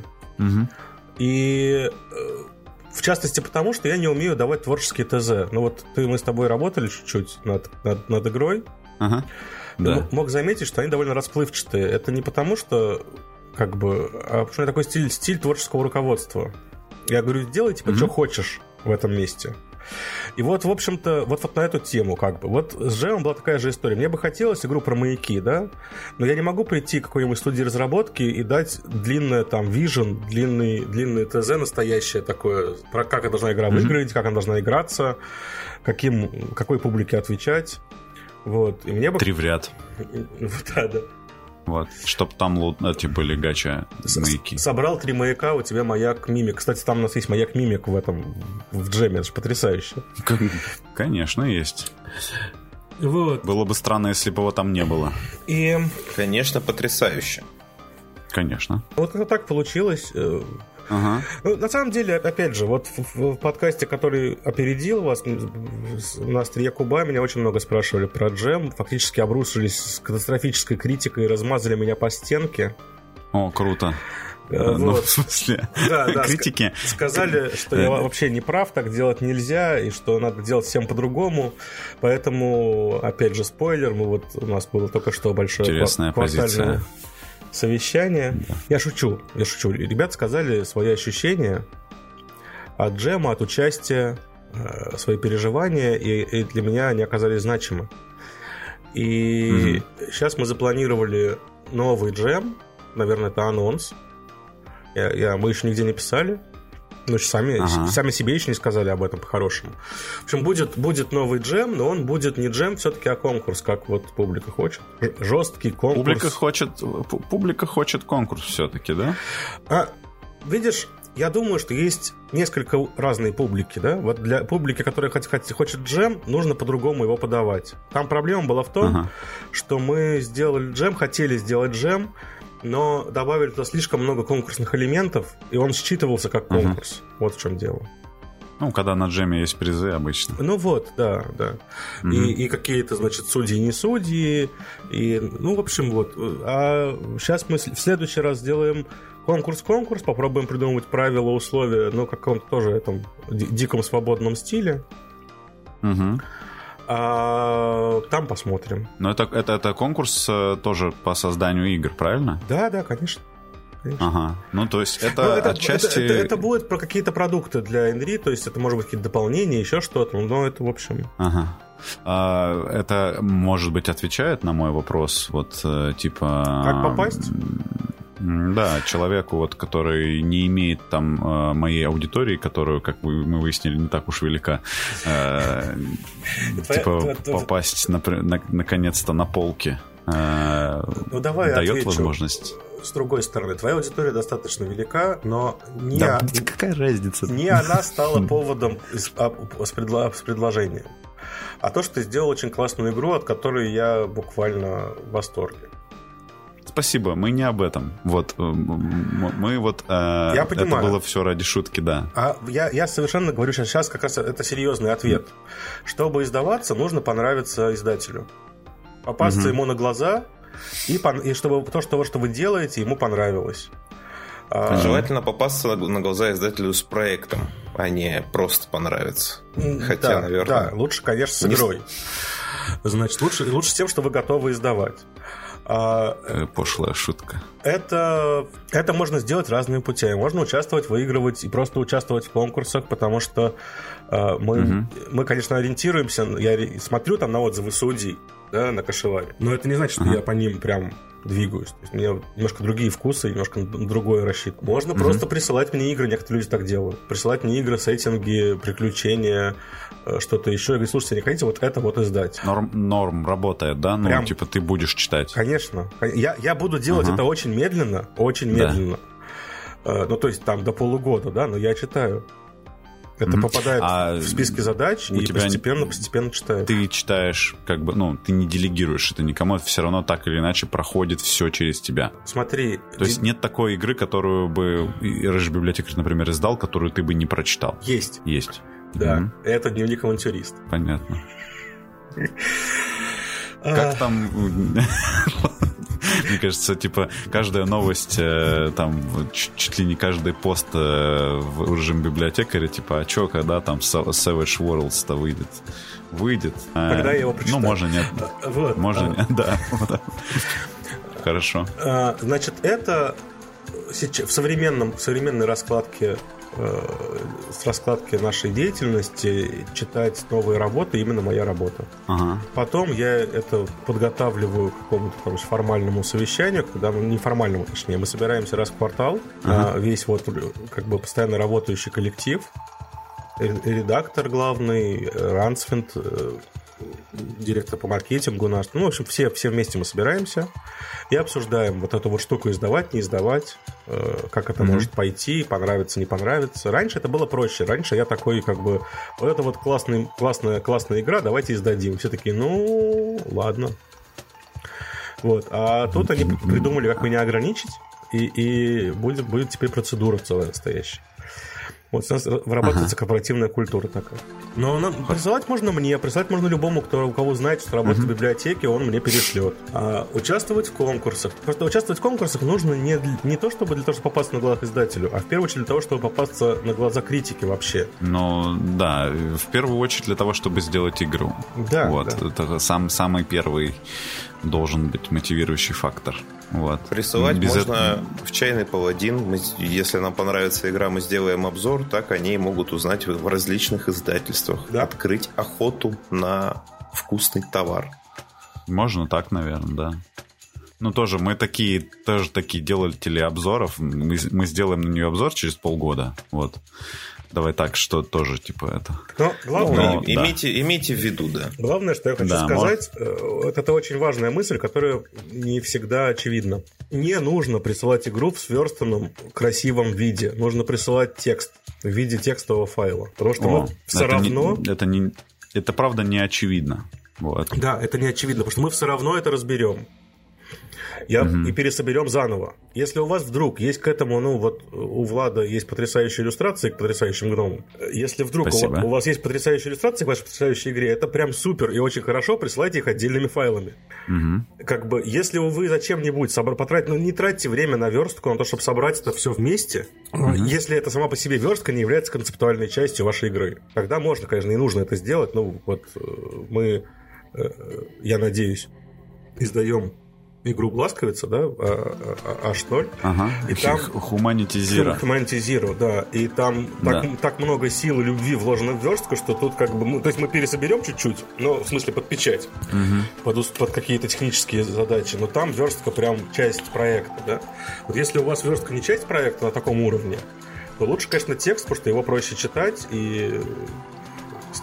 Speaker 3: И в частности потому, что я не умею давать творческие ТЗ. Ну вот мы с тобой работали чуть-чуть над игрой.
Speaker 1: Да.
Speaker 3: Мог заметить, что они довольно расплывчатые. Это не потому, что как бы, а потому что такой стиль творческого руководства. Я говорю, делай типа что хочешь в этом месте. И вот, в общем-то, вот на эту тему как бы. Вот с Джемом была такая же история. Мне бы хотелось игру про маяки, да? Но я не могу прийти к какой-нибудь студии разработки и дать длинное там вижен, длинное ТЗ настоящее такое, про как должна игра выглядеть, как она должна играться, какой публике отвечать. Вот. И мне бы...
Speaker 1: 3 в ряд.
Speaker 3: Да.
Speaker 1: Вот, чтоб там эти были гача маяки.
Speaker 3: Собрал 3 маяка, у тебя маяк Мимик. Кстати, там у нас есть маяк Мимик в джеме, это же потрясающе.
Speaker 1: Конечно, есть.
Speaker 3: Вот.
Speaker 1: Было бы странно, если бы его там не было.
Speaker 3: И...
Speaker 2: Конечно, потрясающе.
Speaker 1: Конечно.
Speaker 3: Вот как-то так получилось. Ну, на самом деле, опять же, вот в подкасте, который опередил вас, на острие куба, меня очень много спрашивали про джем, фактически обрушились с катастрофической критикой и размазали меня по стенке.
Speaker 1: О, круто.
Speaker 3: Вот.
Speaker 1: Ну, в смысле, критики.
Speaker 3: Сказали, что я вообще не прав, так делать нельзя, и что надо делать всем по-другому. Поэтому, опять же, спойлер, у нас было только что большое
Speaker 1: интересная позиция.
Speaker 3: Совещание. Да. Я шучу. Ребята сказали свои ощущения от джема, от участия, свои переживания, и для меня они оказались значимы. И сейчас мы запланировали новый джем. Наверное, это анонс. Мы еще нигде не писали. Ну, сами себе еще не сказали об этом по-хорошему. В общем, будет новый джем, но он будет не джем все-таки, а конкурс, как вот публика хочет. Жесткий конкурс.
Speaker 1: Публика хочет конкурс все-таки, да?
Speaker 3: Видишь, я думаю, что есть несколько разной публики, да? Вот для публики, которая хочет джем, нужно по-другому его подавать. Там проблема была в том, что мы хотели сделать джем, но добавили туда слишком много конкурсных элементов, и он считывался как конкурс. Вот в чем дело.
Speaker 1: Ну, когда на джеме есть призы обычно. Ну
Speaker 3: вот, да. И какие-то, значит, судьи, не судьи. И, ну, в общем, вот. А сейчас мы в следующий раз сделаем конкурс, попробуем придумывать правила, условия, ну, в каком-то тоже этом диком свободном стиле. А там посмотрим.
Speaker 1: Но это конкурс тоже по созданию игр, правильно?
Speaker 3: Да, конечно.
Speaker 1: Ага. Ну, то есть это отчасти...
Speaker 3: Это будет про какие-то продукты для Энри, то есть это может быть какие-то дополнения, еще что-то, но это в общем...
Speaker 1: Ага. Это, может быть, отвечает на мой вопрос, вот типа...
Speaker 3: Как попасть?
Speaker 1: Да, человеку, вот, который не имеет там моей аудитории, которую, как мы выяснили, не так уж велика, типа попасть наконец-то на полки. дает возможность.
Speaker 3: С другой стороны, твоя аудитория достаточно велика, но
Speaker 1: какая разница?
Speaker 3: Не она стала поводом с предложением, а то, что ты сделал очень классную игру, от которой я буквально в восторге.
Speaker 1: Спасибо, мы не об этом. Вот мы вот
Speaker 3: я понимаю.
Speaker 1: Это было все ради шутки, да.
Speaker 3: Я совершенно говорю сейчас как раз это серьезный ответ. Чтобы издаваться, нужно понравиться издателю, попасться ему на глаза. И чтобы то, что вы делаете, ему понравилось.
Speaker 2: Желательно попасться на глаза издателю с проектом, а не просто понравится. Хотя, наверное...
Speaker 3: Да, лучше, конечно, с игрой. Значит, лучше с тем, что вы готовы издавать.
Speaker 1: Пошлая шутка.
Speaker 3: Это можно сделать разными путями. Можно участвовать, выигрывать и просто участвовать в конкурсах, потому что мы, конечно, ориентируемся. Я смотрю там на отзывы судей, да, на Кашеваре, но это не значит, что я по ним прям двигаюсь. То есть у меня немножко другие вкусы, немножко другое рассчитано. Можно просто присылать мне игры, некоторые люди так делают. Присылать мне игры, сеттинги, приключения, что-то еще. Я говорю, слушайте, не хотите вот это вот издать?
Speaker 1: Норм работает, да? Ну, прям... типа ты будешь читать.
Speaker 3: Конечно. Я буду делать это очень медленно, медленно. Ну, то есть там до полугода, да, но я читаю. Это попадает в списки задач и постепенно читаю.
Speaker 1: Ты читаешь, как бы, ну, ты не делегируешь это никому, это все равно так или иначе проходит все через тебя.
Speaker 3: Смотри.
Speaker 1: То есть нет такой игры, которую бы Рыжий библиотекарь, например, издал, которую ты бы не прочитал.
Speaker 3: Есть.
Speaker 1: Да.
Speaker 3: Это дневник авантюриста.
Speaker 1: Понятно. Как там... Мне кажется, типа, каждая новость, там, чуть ли не каждый пост в режиме библиотекаря, типа, а чё, когда там Savage Worlds-то выйдет? Выйдет.
Speaker 3: Когда я его прочитаю.
Speaker 1: Ну, можно нет.
Speaker 3: Вот.
Speaker 1: Можно нет, да. Хорошо.
Speaker 3: Значит, это в современной раскладке с раскладки нашей деятельности читать новые работы именно моя работа. Потом я это подготавливаю к какому-то там формальному совещанию, когда неформальному, точнее, мы собираемся раз в квартал, весь вот как бы постоянно работающий коллектив, редактор главный, Рансфинд, директор по маркетингу наш. Ну, в общем, все вместе мы собираемся и обсуждаем вот эту вот штуку издавать, не издавать, как это может пойти, понравится, не понравится. Раньше это было проще. Раньше я такой, как бы, вот это вот классная игра, давайте издадим. Все такие, ну, ладно. Вот. А тут они придумали, как меня ограничить, и будет теперь процедура целая настоящая. Вот у нас вырабатывается корпоративная культура такая. Но присылать можно мне, присылать можно любому, у кого знает, что работает в библиотеке, он мне перешлет. А участвовать в конкурсах. Просто участвовать в конкурсах нужно не то, чтобы для того, чтобы попасться на глаза издателю, а в первую очередь для того, чтобы попасться на глаза критики вообще.
Speaker 1: Ну, да, в первую очередь для того, чтобы сделать игру.
Speaker 3: Да.
Speaker 1: Вот, да. Это самый первый должен быть мотивирующий фактор. Вот.
Speaker 2: Присылать можно в чайный паладин. Если нам понравится игра, мы сделаем обзор, так они могут узнать в различных издательствах. Да. Открыть охоту на вкусный товар.
Speaker 1: Можно так, наверное, да. Ну, тоже мы тоже такие делали обзоров. Мы сделаем на нее обзор через полгода. Вот. Давай так, что тоже, типа, это...
Speaker 3: Но главное...
Speaker 2: Имейте в виду, да.
Speaker 3: Главное, что я хочу сказать, это очень важная мысль, которая не всегда очевидна. Не нужно присылать игру в сверстанном, красивом виде. Нужно присылать текст в виде текстового файла. Потому что мы все равно...
Speaker 1: Это правда не очевидно. Вот.
Speaker 3: Да, это не очевидно, потому что мы все равно это разберем. И пересоберем заново. Если у вас вдруг есть к этому, ну вот у Влада есть потрясающие иллюстрации к потрясающим гномам. Если вдруг у вас есть потрясающие иллюстрации к вашей потрясающей игре, это прям супер и очень хорошо, присылайте их отдельными файлами. Как бы, если вы зачем-нибудь не тратьте время на верстку, на то, чтобы собрать это все вместе. Если это сама по себе верстка не является концептуальной частью вашей игры. Тогда можно, конечно, и нужно это сделать. Ну вот мы, я надеюсь, издаем игру Бласковица, да, H0.
Speaker 1: И там Humanity
Speaker 3: Zero, да. И там так много сил и любви вложено в верстку, что тут как бы... то есть мы пересоберем чуть-чуть, но в смысле под печать, под какие-то технические задачи, но там верстка прям часть проекта, да. Вот если у вас верстка не часть проекта на таком уровне, то лучше, конечно, текст, потому что его проще читать, и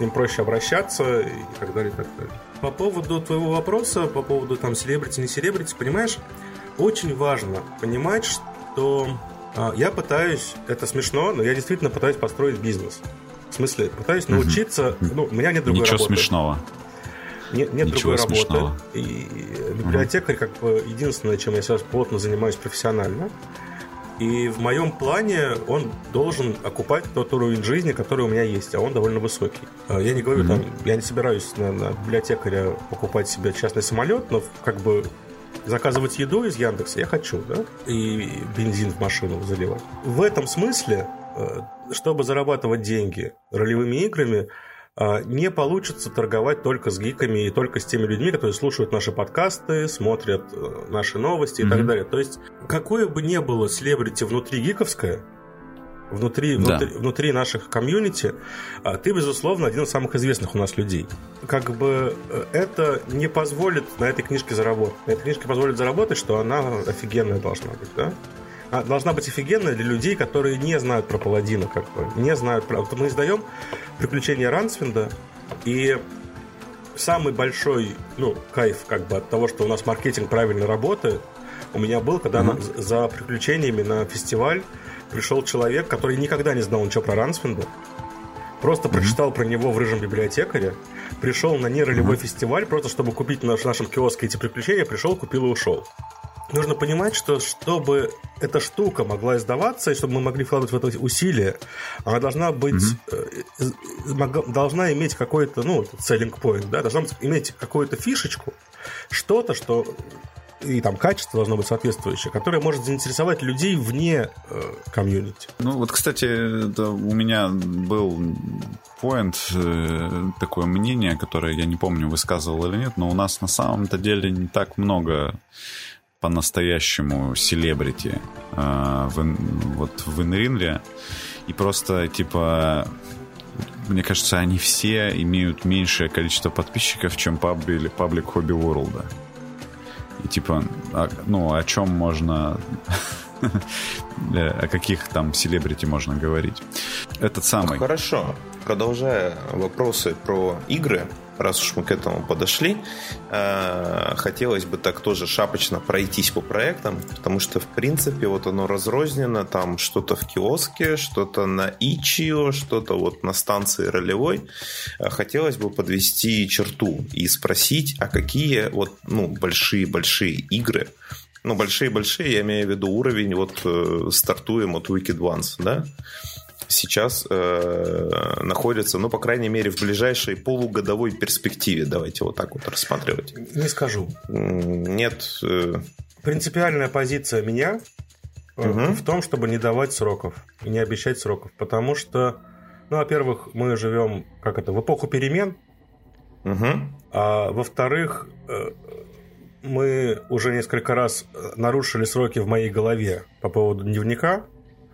Speaker 3: ним проще обращаться и так далее, и так далее. По поводу твоего вопроса, по поводу там селебрити, не селебрити, понимаешь, очень важно понимать, что я пытаюсь, это смешно, но я действительно пытаюсь построить бизнес. В смысле, пытаюсь научиться, у меня нет другой работы.
Speaker 1: Ничего смешного.
Speaker 3: Нет другой работы. И библиотекарь как бы единственное, чем я сейчас плотно занимаюсь профессионально. И в моем плане он должен окупать тот уровень жизни, который у меня есть, а он довольно высокий. Я не говорю, я не собираюсь на библиотекаря покупать себе частный самолет, но как бы заказывать еду из Яндекса я хочу, да, и бензин в машину заливать. В этом смысле, чтобы зарабатывать деньги ролевыми играми, не получится торговать только с гиками и только с теми людьми, которые слушают наши подкасты, смотрят наши новости и так далее. То есть, какое бы ни было селебрити внутри гиковское, внутри наших комьюнити, ты, безусловно, один из самых известных у нас людей. Как бы это не позволит на этой книжке заработать. На этой книжке позволит заработать, что она офигенная должна быть, да? Должна быть офигенная для людей, которые не знают про паладина, как бы, не знают про... Вот мы издаем «Приключения Рансвинда», и самый большой, кайф как бы от того, что у нас маркетинг правильно работает, у меня был, когда за приключениями на фестиваль пришел человек, который никогда не знал ничего про Рансвинда, просто прочитал про него в «Рыжем библиотекаре», пришел на неролевой фестиваль, просто чтобы купить в нашем киоске эти приключения, пришел, купил и ушел. Нужно понимать, что чтобы эта штука могла издаваться, и чтобы мы могли вкладывать в это усилия, она должна быть, должна иметь какой-то, selling point, да, должна иметь какую-то фишечку, что-то, что и там качество должно быть соответствующее, которое может заинтересовать людей вне комьюнити.
Speaker 1: Кстати, у меня был такое мнение, которое я не помню, высказывал или нет, но у нас на самом-то деле не так много по-настоящему селебрити в Инринре. И просто, мне кажется, они все имеют меньшее количество подписчиков, чем паблик Хобби Ворлда. И о чем можно... о каких там селебрити можно говорить. Этот самый...
Speaker 2: Хорошо. Продолжая вопросы про игры, раз уж мы к этому подошли, хотелось бы так тоже шапочно пройтись по проектам, потому что, в принципе, вот оно разрознено, там что-то в киоске, что-то на Itch.io, что-то вот на станции ролевой. Хотелось бы подвести черту и спросить, а какие большие-большие игры, большие-большие, я имею в виду уровень, стартуем от Wicked Ones, да, сейчас находится, по крайней мере, в ближайшей полугодовой перспективе. Давайте вот так вот рассматривать.
Speaker 3: Не скажу.
Speaker 2: Нет.
Speaker 3: Принципиальная позиция меня в том, чтобы не давать сроков и не обещать сроков. Потому что, во-первых, мы живем, в эпоху перемен, а во-вторых, мы уже несколько раз нарушили сроки в моей голове по поводу дневника.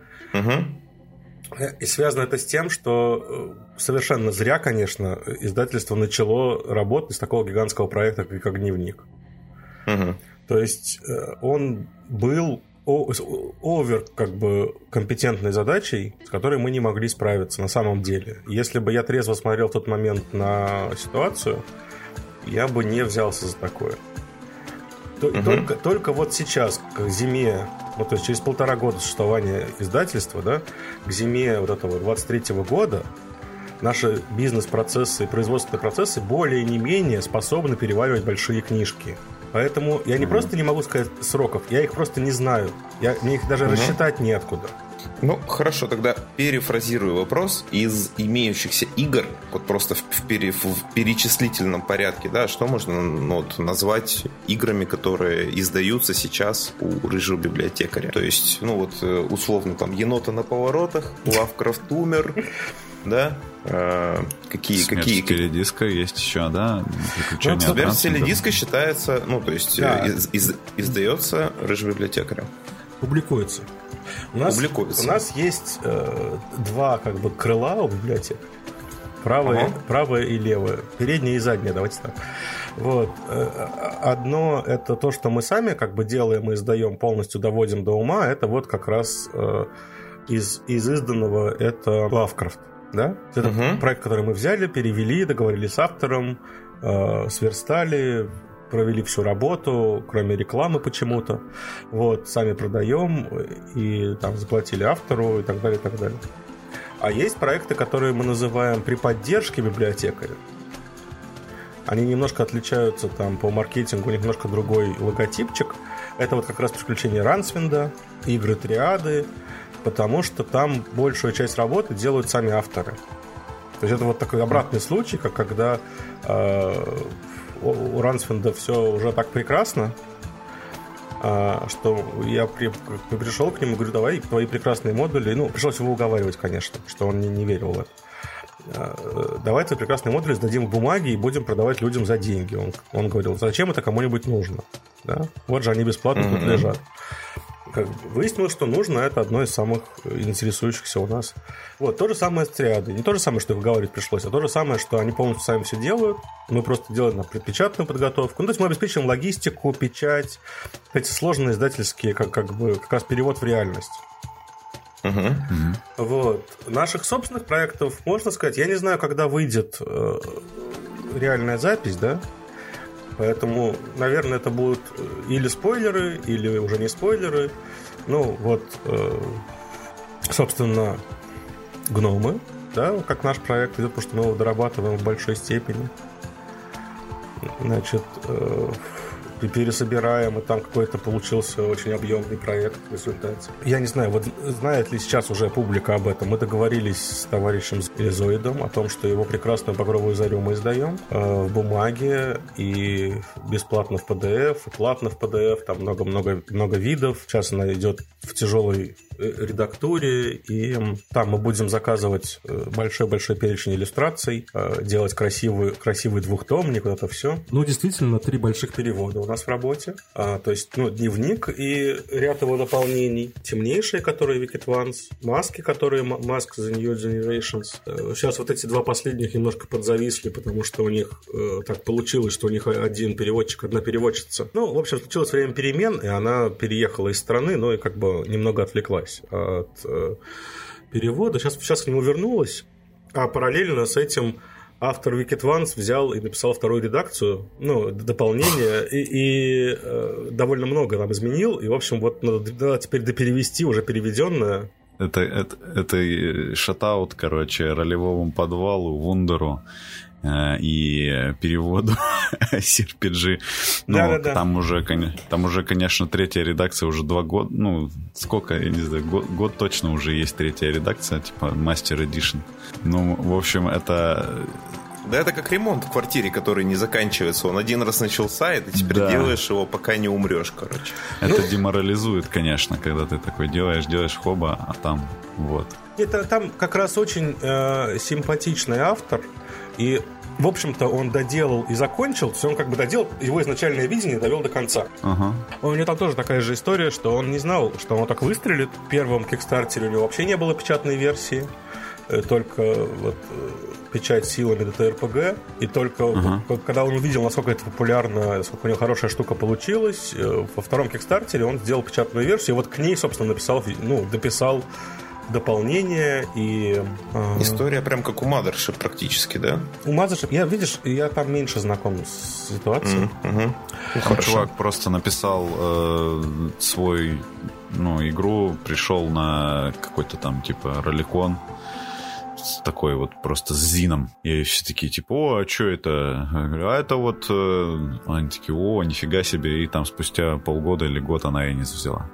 Speaker 3: И связано это с тем, что совершенно зря, конечно, издательство начало работать с такого гигантского проекта, как «Дневник». То есть он был овер компетентной задачей, с которой мы не могли справиться на самом деле. Если бы я трезво смотрел в тот момент на ситуацию, я бы не взялся за такое. Только вот сейчас, к зиме, то есть через 1,5 года существования издательства, да, к зиме этого 23-го года наши бизнес-процессы и производственные процессы более не менее способны переваривать большие книжки. Поэтому я не просто не могу сказать сроков, я их просто не знаю. Мне их даже рассчитать неоткуда.
Speaker 2: Хорошо, тогда перефразирую вопрос. Из имеющихся игр, просто в перечислительном порядке, да, что можно назвать играми, которые издаются сейчас у Рыжего библиотекаря? То есть, условно, там, Енота на поворотах, Лавкрафт умер, да? Какие?
Speaker 1: Смерть Селедиска есть еще, да?
Speaker 2: Смерть Селедиска считается, издается Рыжим библиотекарем.
Speaker 3: Публикуется. У нас есть два крыла у библиотек. Правое и левое. Переднее и заднее, давайте так. Одно это то, что мы сами делаем и издаем, полностью доводим до ума. Это как раз из изданного это Лавкрафт. Да? Это проект, который мы взяли, перевели, договорились с автором, сверстали, провели всю работу, кроме рекламы почему-то. Вот, сами продаем и там заплатили автору и так далее, и так далее. А есть проекты, которые мы называем при поддержке библиотекаря. Они немножко отличаются там по маркетингу, у них немножко другой логотипчик. Это вот как раз приключения Рансвинда, игры Триады, потому что там большую часть работы делают сами авторы. То есть это вот такой обратный случай, как когда у Рансвинда все уже так прекрасно, что я пришел к нему и говорю, давай твои прекрасные модули. Ну, пришлось его уговаривать, конечно, что он не верил в это. Давай твои прекрасные модули сдадим в бумаге и будем продавать людям за деньги. Он говорил, зачем это кому-нибудь нужно? Да? Вот же они бесплатно тут лежат. Выяснилось, что нужно, это одно из самых интересующихся у нас. Вот, то же самое с Триадой. Не то же самое, что их уговаривать пришлось, а то же самое, что они полностью сами все делают. Мы просто делаем предпечатную подготовку. Ну, то есть мы обеспечиваем логистику, печать, эти сложные издательские, как раз перевод в реальность. Вот. Наших собственных проектов, можно сказать, я не знаю, когда выйдет реальная запись, да? Поэтому, наверное, это будут или спойлеры, или уже не спойлеры. Ну, вот, собственно, гномы, да, как наш проект идет, потому что мы его дорабатываем в большой степени. Значит, пересобираем, и там какой-то получился очень объемный проект в результате. Я не знаю, вот знает ли сейчас уже публика об этом. Мы договорились с товарищем Элизоидом о том, что его прекрасную «Багровую зарю» мы издаем в бумаге и бесплатно в PDF, и платно в PDF, там много видов. Сейчас она идет в тяжелой редактуре, и там мы будем заказывать большой-большой перечень иллюстраций, делать красивый двухтомник, вот это все. Ну, действительно, 3 больших перевода у нас в работе. То есть, дневник и ряд его дополнений. Темнейшие, которые Wicked Ones, маски, которые Mask the New Generations. Сейчас вот эти 2 последних немножко подзависли, потому что у них так получилось, что у них один переводчик, одна переводчица. Ну, в общем, случилось время перемен, и она переехала из страны, но и как бы немного отвлеклась от перевода. Сейчас к нему вернулась, а параллельно с этим автор Wicked Ones взял и написал 2-ю редакцию, дополнение, и довольно много там изменил, и, в общем, вот надо теперь доперевести уже переведенное.
Speaker 1: Это шатаут, короче, ролевому подвалу, Вундеру и переводу CRPG.
Speaker 3: Да.
Speaker 1: Там уже, конечно, 3-я редакция уже 2 года. Ну, сколько, я не знаю, год точно уже есть 3-я редакция, типа Master Edition. Ну, в общем, это...
Speaker 2: Да, это как ремонт в квартире, который не заканчивается. Он один раз начался, и ты теперь делаешь его, пока не умрешь, короче.
Speaker 1: Это деморализует, конечно, когда ты такой делаешь хоба, а там вот.
Speaker 3: Это там как раз очень симпатичный автор. И, в общем-то, он доделал и закончил, то есть он как бы доделал, его изначальное видение довел до конца. У него там тоже такая же история, что он не знал, что он так выстрелит. В первом кикстартере у него вообще не было печатной версии, только вот печать силами ДТРПГ. И только когда он увидел, насколько это популярно, насколько у него хорошая штука получилась, во втором кикстартере он сделал печатную версию, и вот к ней, собственно, дописал дополнение и...
Speaker 2: История прям как у Mothership практически, да?
Speaker 3: У Mothership, я там меньше знаком с ситуацией.
Speaker 1: Там чувак просто написал свой, игру, пришел на какой-то там типа роликон с такой вот просто с зином. И все такие типа, а что это? Я говорю, это вот... Они такие, нифига себе. И там спустя полгода или год она и не взяла.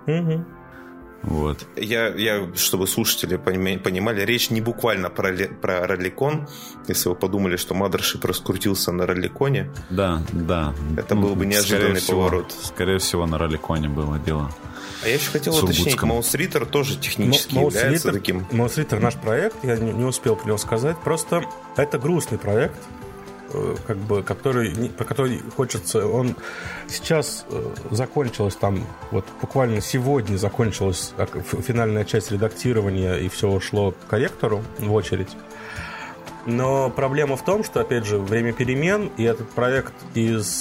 Speaker 1: Вот.
Speaker 2: Я, чтобы слушатели понимали, речь не буквально про роликон. Если вы подумали, что Mothership раскрутился на роликоне.
Speaker 1: Да.
Speaker 2: Это был бы неожиданный поворот.
Speaker 1: Скорее всего, на роликоне было дело.
Speaker 2: А я еще хотел уточнить, Mouse Reader тоже технически является таким...
Speaker 3: Mouse Reader наш проект, я не успел про него сказать. Просто это грустный проект, как бы, про который хочется... Он сейчас закончилась там, вот буквально сегодня закончилась финальная часть редактирования, и все ушло к корректору в очередь. Но проблема в том, что, опять же, время перемен, и этот проект из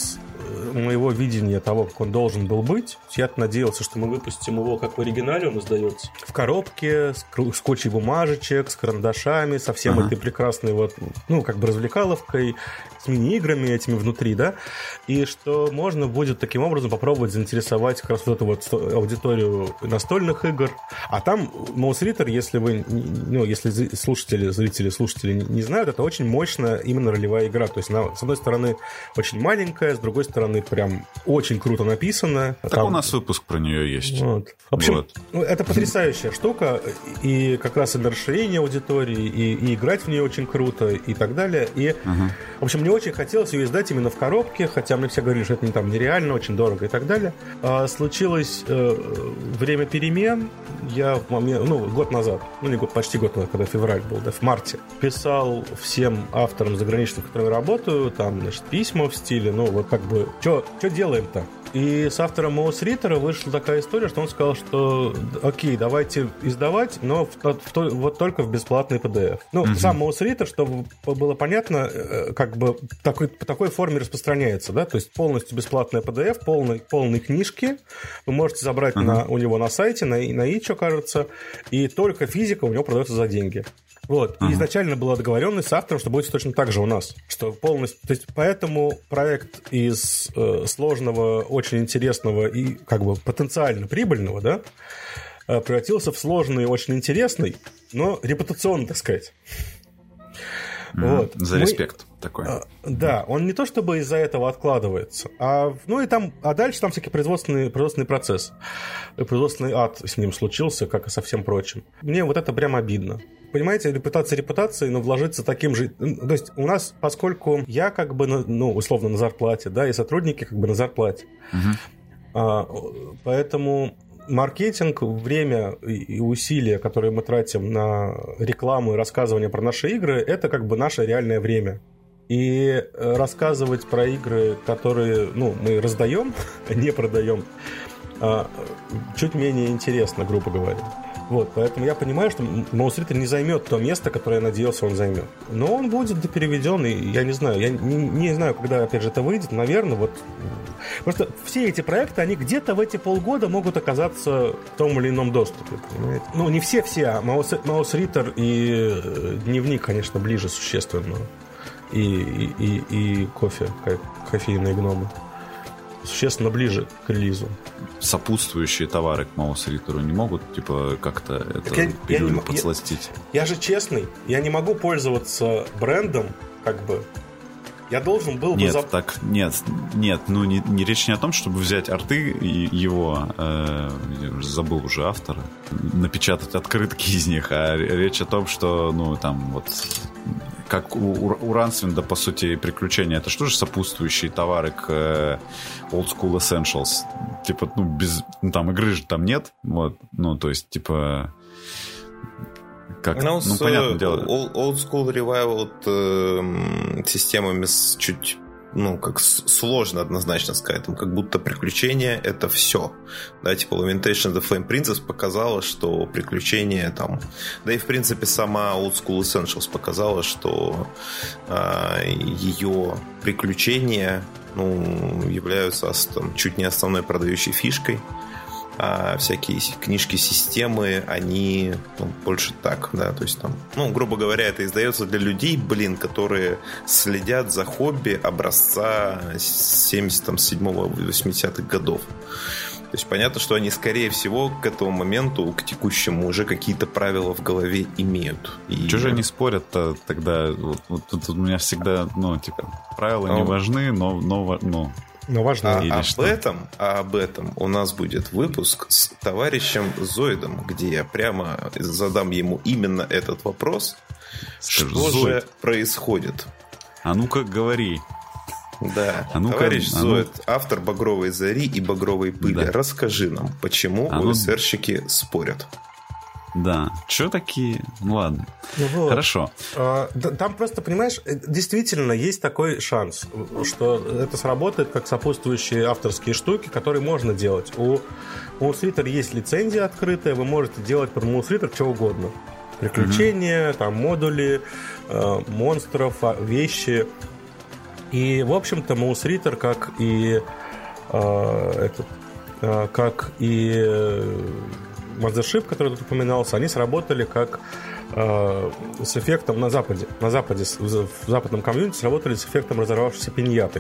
Speaker 3: моего видения того, как он должен был быть. Я надеялся, что мы выпустим его, как в оригинале он издается, в коробке, с кучей бумажечек, с карандашами, со всем этой прекрасной вот, ну, как бы развлекаловкой, с мини-играми этими внутри, да, и что можно будет таким образом попробовать заинтересовать как раз вот эту вот аудиторию настольных игр. А там Mouse Ritter, если вы, ну, если зрители-слушатели не знают, это очень мощная именно ролевая игра. То есть она, с одной стороны, очень маленькая, с другой стороны, прям очень круто написана.
Speaker 1: Так
Speaker 3: там...
Speaker 1: у нас выпуск про нее есть.
Speaker 3: Вот. В общем,
Speaker 1: вот.
Speaker 3: Это потрясающая штука, и как раз и на расширение аудитории, и играть в нее очень круто, и так далее. И, в общем, мне очень хотелось ее издать именно в коробке, хотя мне все говорили, что это там нереально, очень дорого и так далее. Случилось время перемен. Я в момент, год назад, не год, почти год назад, когда февраль был, да, в марте, писал всем авторам заграничных, с которыми работаю, там, значит, письма в стиле, вот как бы, что делаем-то? И с автором Mouse Ritter вышла такая история, что он сказал, что окей, давайте издавать, но вот только в бесплатный PDF. Сам Mouse Ritter, чтобы было понятно, как бы по такой форме распространяется, да, то есть полностью бесплатная PDF, полные книжки, вы можете забрать у него на сайте, на itch.io, кажется, и только физика у него продается за деньги. Вот. И изначально была договоренность с автором, что будет точно так же у нас. Что полностью... То есть, поэтому проект из сложного, очень интересного и как бы потенциально прибыльного, да, превратился в сложный, очень интересный, но репутационно, так сказать. Вот.
Speaker 1: За респект такой.
Speaker 3: Да, он не то чтобы из-за этого откладывается, а дальше там всякий производственный процесс. Производственный ад с ним случился, как и со всем прочим. Мне вот это прям обидно. Понимаете, репутация репутацией, но вложиться таким же... То есть у нас, поскольку я как бы, условно, на зарплате, да, и сотрудники как бы на зарплате, поэтому... Маркетинг, время и усилия, которые мы тратим на рекламу и рассказывание про наши игры, это как бы наше реальное время. И рассказывать про игры, которые мы раздаем, не продаем, чуть менее интересно, грубо говоря. Вот, поэтому я понимаю, что Mouse Ritter не займет то место, которое я надеялся, он займет. Но он будет допереведен, и я не знаю. Я не знаю, когда, опять же, это выйдет. Наверное, вот... Просто все эти проекты, они где-то в эти полгода могут оказаться в том или ином доступе, понимаете? Не все, а Mouse Ritter и Дневник, конечно, ближе существенно. И кофейные гномы. Существенно ближе к релизу.
Speaker 1: Сопутствующие товары к Mouse Ritter не могут, как-то пилюлю подсластить?
Speaker 3: Я же честный, я не могу пользоваться брендом, как бы. Я должен был бы...
Speaker 1: Нет, не речь не о том, чтобы взять арты и его, забыл уже автора, напечатать открытки из них, а речь о том, что, как у Рансвинда, по сути, приключения, это что же сопутствующие товары к Old School Essentials? Там игры же там нет, вот, то есть, понятное дело.
Speaker 2: Old School Revival системами с чуть, сложно однозначно сказать, там, как будто приключения — это все. Да, Lamentation of the Flame Princess показала, что приключения там... Да и, в принципе, сама Old School Essentials показала, что ее приключения являются чуть не основной продающей фишкой. А всякие книжки системы, они больше так, да, то есть там, грубо говоря, это издается для людей, которые следят за хобби образца 77-80-х годов. То есть понятно, что они, скорее всего, к этому моменту, к текущему, уже какие-то правила в голове имеют.
Speaker 1: Что же они спорят-то тогда? Вот тут у меня всегда, правила не важны, но
Speaker 3: важно.
Speaker 2: Об этом у нас будет выпуск с товарищем Зоидом, где я прямо задам ему именно этот вопрос. Что же происходит?
Speaker 1: А ну-ка, говори.
Speaker 2: Да, товарищ Зоид, автор «Багровой зари» и «Багровой пыли». Да. Расскажи нам, почему ОСРщики спорят?
Speaker 1: Да, что такие? Ладно.
Speaker 3: Вот.
Speaker 1: Хорошо.
Speaker 3: Там просто, понимаешь, действительно есть такой шанс, что это сработает как сопутствующие авторские штуки, которые можно делать. У Mouse Ritter есть лицензия открытая, вы можете делать под Mouse Ritter что угодно. Приключения, там модули, монстров, вещи. И, в общем-то, Mouse Reader, как и Mothership, который тут упоминался, они сработали как с эффектом на Западе. На Западе, в западном комьюнити сработали с эффектом разорвавшейся пиньяты.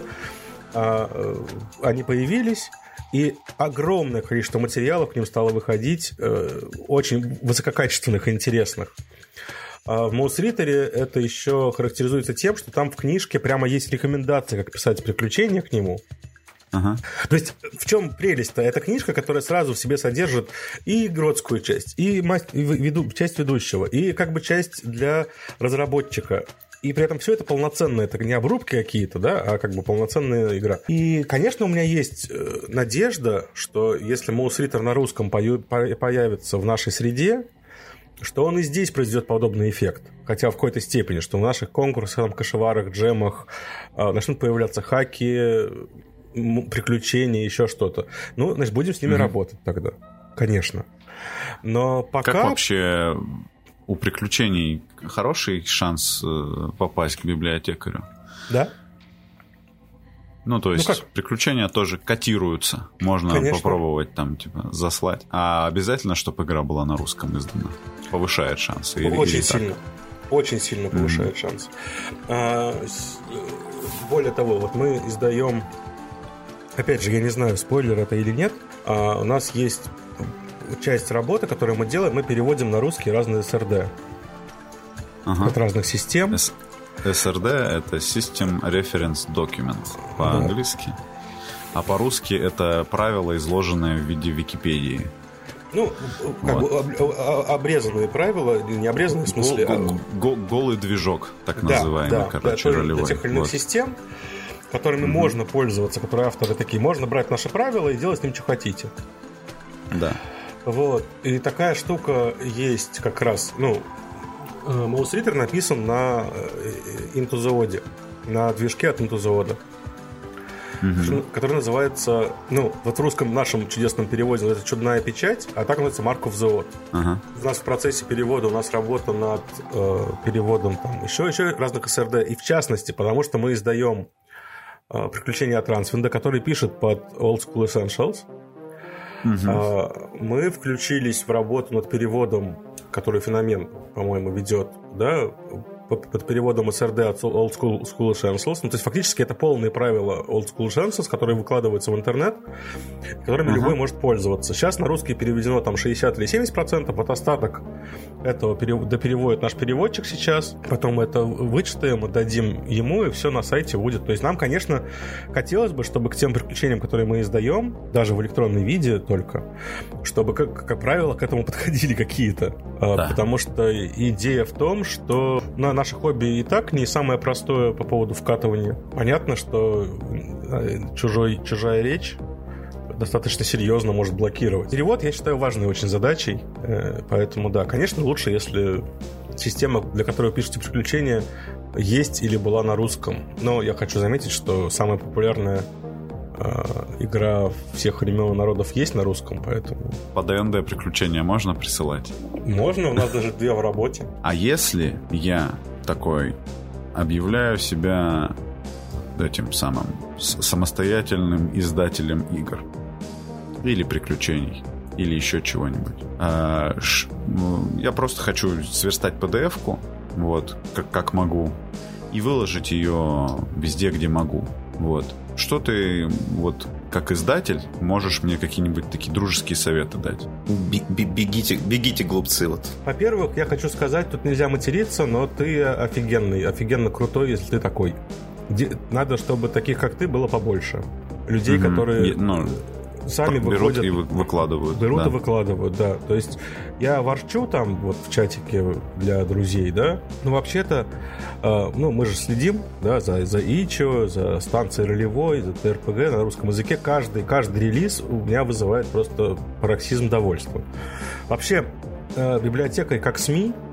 Speaker 3: Они появились, и огромное количество материалов к ним стало выходить, очень высококачественных и интересных. В Mouse Reader это еще характеризуется тем, что там в книжке прямо есть рекомендации, как писать приключения к нему. Ага. То есть в чем прелесть-то? Это книжка, которая сразу в себе содержит и игротскую часть, и часть ведущего, и как бы часть для разработчика. И при этом все это полноценно, это не обрубки какие-то, да, а как бы полноценная игра. И, конечно, у меня есть надежда, что если Mouse Reader на русском появится в нашей среде, что он и здесь произведет подобный эффект. Хотя в какой-то степени, что в наших конкурсах, кошеварах, джемах начнут появляться хаки, приключения, еще что-то. Ну, значит, будем с ними работать тогда. Конечно. Но пока...
Speaker 1: Как вообще у приключений хороший шанс попасть к библиотекарю?
Speaker 3: Да.
Speaker 1: Ну, то есть приключения тоже котируются. Можно попробовать там, типа, заслать. А обязательно, чтобы игра была на русском издана? Повышает шансы?
Speaker 3: Очень сильно. Очень сильно повышает шансы. Более того, вот мы издаем... Опять же, я не знаю, спойлер это или нет. У нас есть часть работы, которую мы делаем, мы переводим на русский разные СРД от разных систем.
Speaker 1: СРД — это System Reference Document по-английски, а по-русски это правила, изложенные в виде Википедии.
Speaker 3: Ну, как бы обрезанные правила, не обрезанные в смысле...
Speaker 1: Голый движок, так называемый, короче, ролевой.
Speaker 3: Для тех или иных систем, которыми можно пользоваться, которые авторы такие, можно брать наши правила и делать с ним, что хотите. Да. Вот. И такая штука есть как раз, Mouse Reader написан на Into the Odd, на движке от Into the Odd, который называется, вот в русском нашем чудесном переводе это «Чудная печать», а так называется Mark of the Odd. У нас в процессе перевода у нас работа над переводом там еще разных СРД, и в частности, потому что мы издаем «Приключения от Рансвинда», который пишет под Old School Essentials. Мы включились в работу над переводом, который Феномен, по-моему, ведет, да, под переводом СРД от Old School Essentials. То есть фактически это полные правила Old School Essentials, которые выкладываются в интернет, которыми любой может пользоваться. Сейчас на русский переведено там 60 или 70%, вот остаток этого допереводит наш переводчик сейчас, потом мы это вычитаем, отдадим ему, и все на сайте будет. То есть нам, конечно, хотелось бы, чтобы к тем приключениям, которые мы издаем, даже в электронном виде только, чтобы, как правило, к этому подходили какие-то. Потому что идея в том, что наше хобби и так не самое простое по поводу вкатывания. Понятно, что чужая речь достаточно серьезно может блокировать. Перевод, я считаю, важной очень задачей. Поэтому, да, конечно, лучше, если система, для которой вы пишете приключения, есть или была на русском. Но я хочу заметить, что самая популярная игра всех времен и народов есть на русском, поэтому...
Speaker 1: По ДНД приключения можно присылать?
Speaker 3: Можно, у нас даже 2 в работе.
Speaker 1: А если я такой объявляю себя этим самым самостоятельным издателем игр или приключений, или еще чего-нибудь, я просто хочу сверстать PDF-ку, вот, как могу, и выложить ее везде, где могу. Вот. Что ты, вот, как издатель, можешь мне какие-нибудь такие дружеские советы дать?
Speaker 2: Бегите, глупцы, вот.
Speaker 3: Во-первых, я хочу сказать, тут нельзя материться, но ты офигенно крутой, если ты такой. Надо, чтобы таких, как ты, было побольше. Людей, которые сами
Speaker 1: берут
Speaker 3: выходят...
Speaker 1: и выкладывают.
Speaker 3: Берут и выкладывают, да. То есть я ворчу там вот в чатике для друзей, да. Но вообще-то, мы же следим, да, за Ичо, за станцией ролевой, за ТРПГ на русском языке. Каждый релиз у меня вызывает просто пароксизм довольства. Вообще, библиотека как СМИ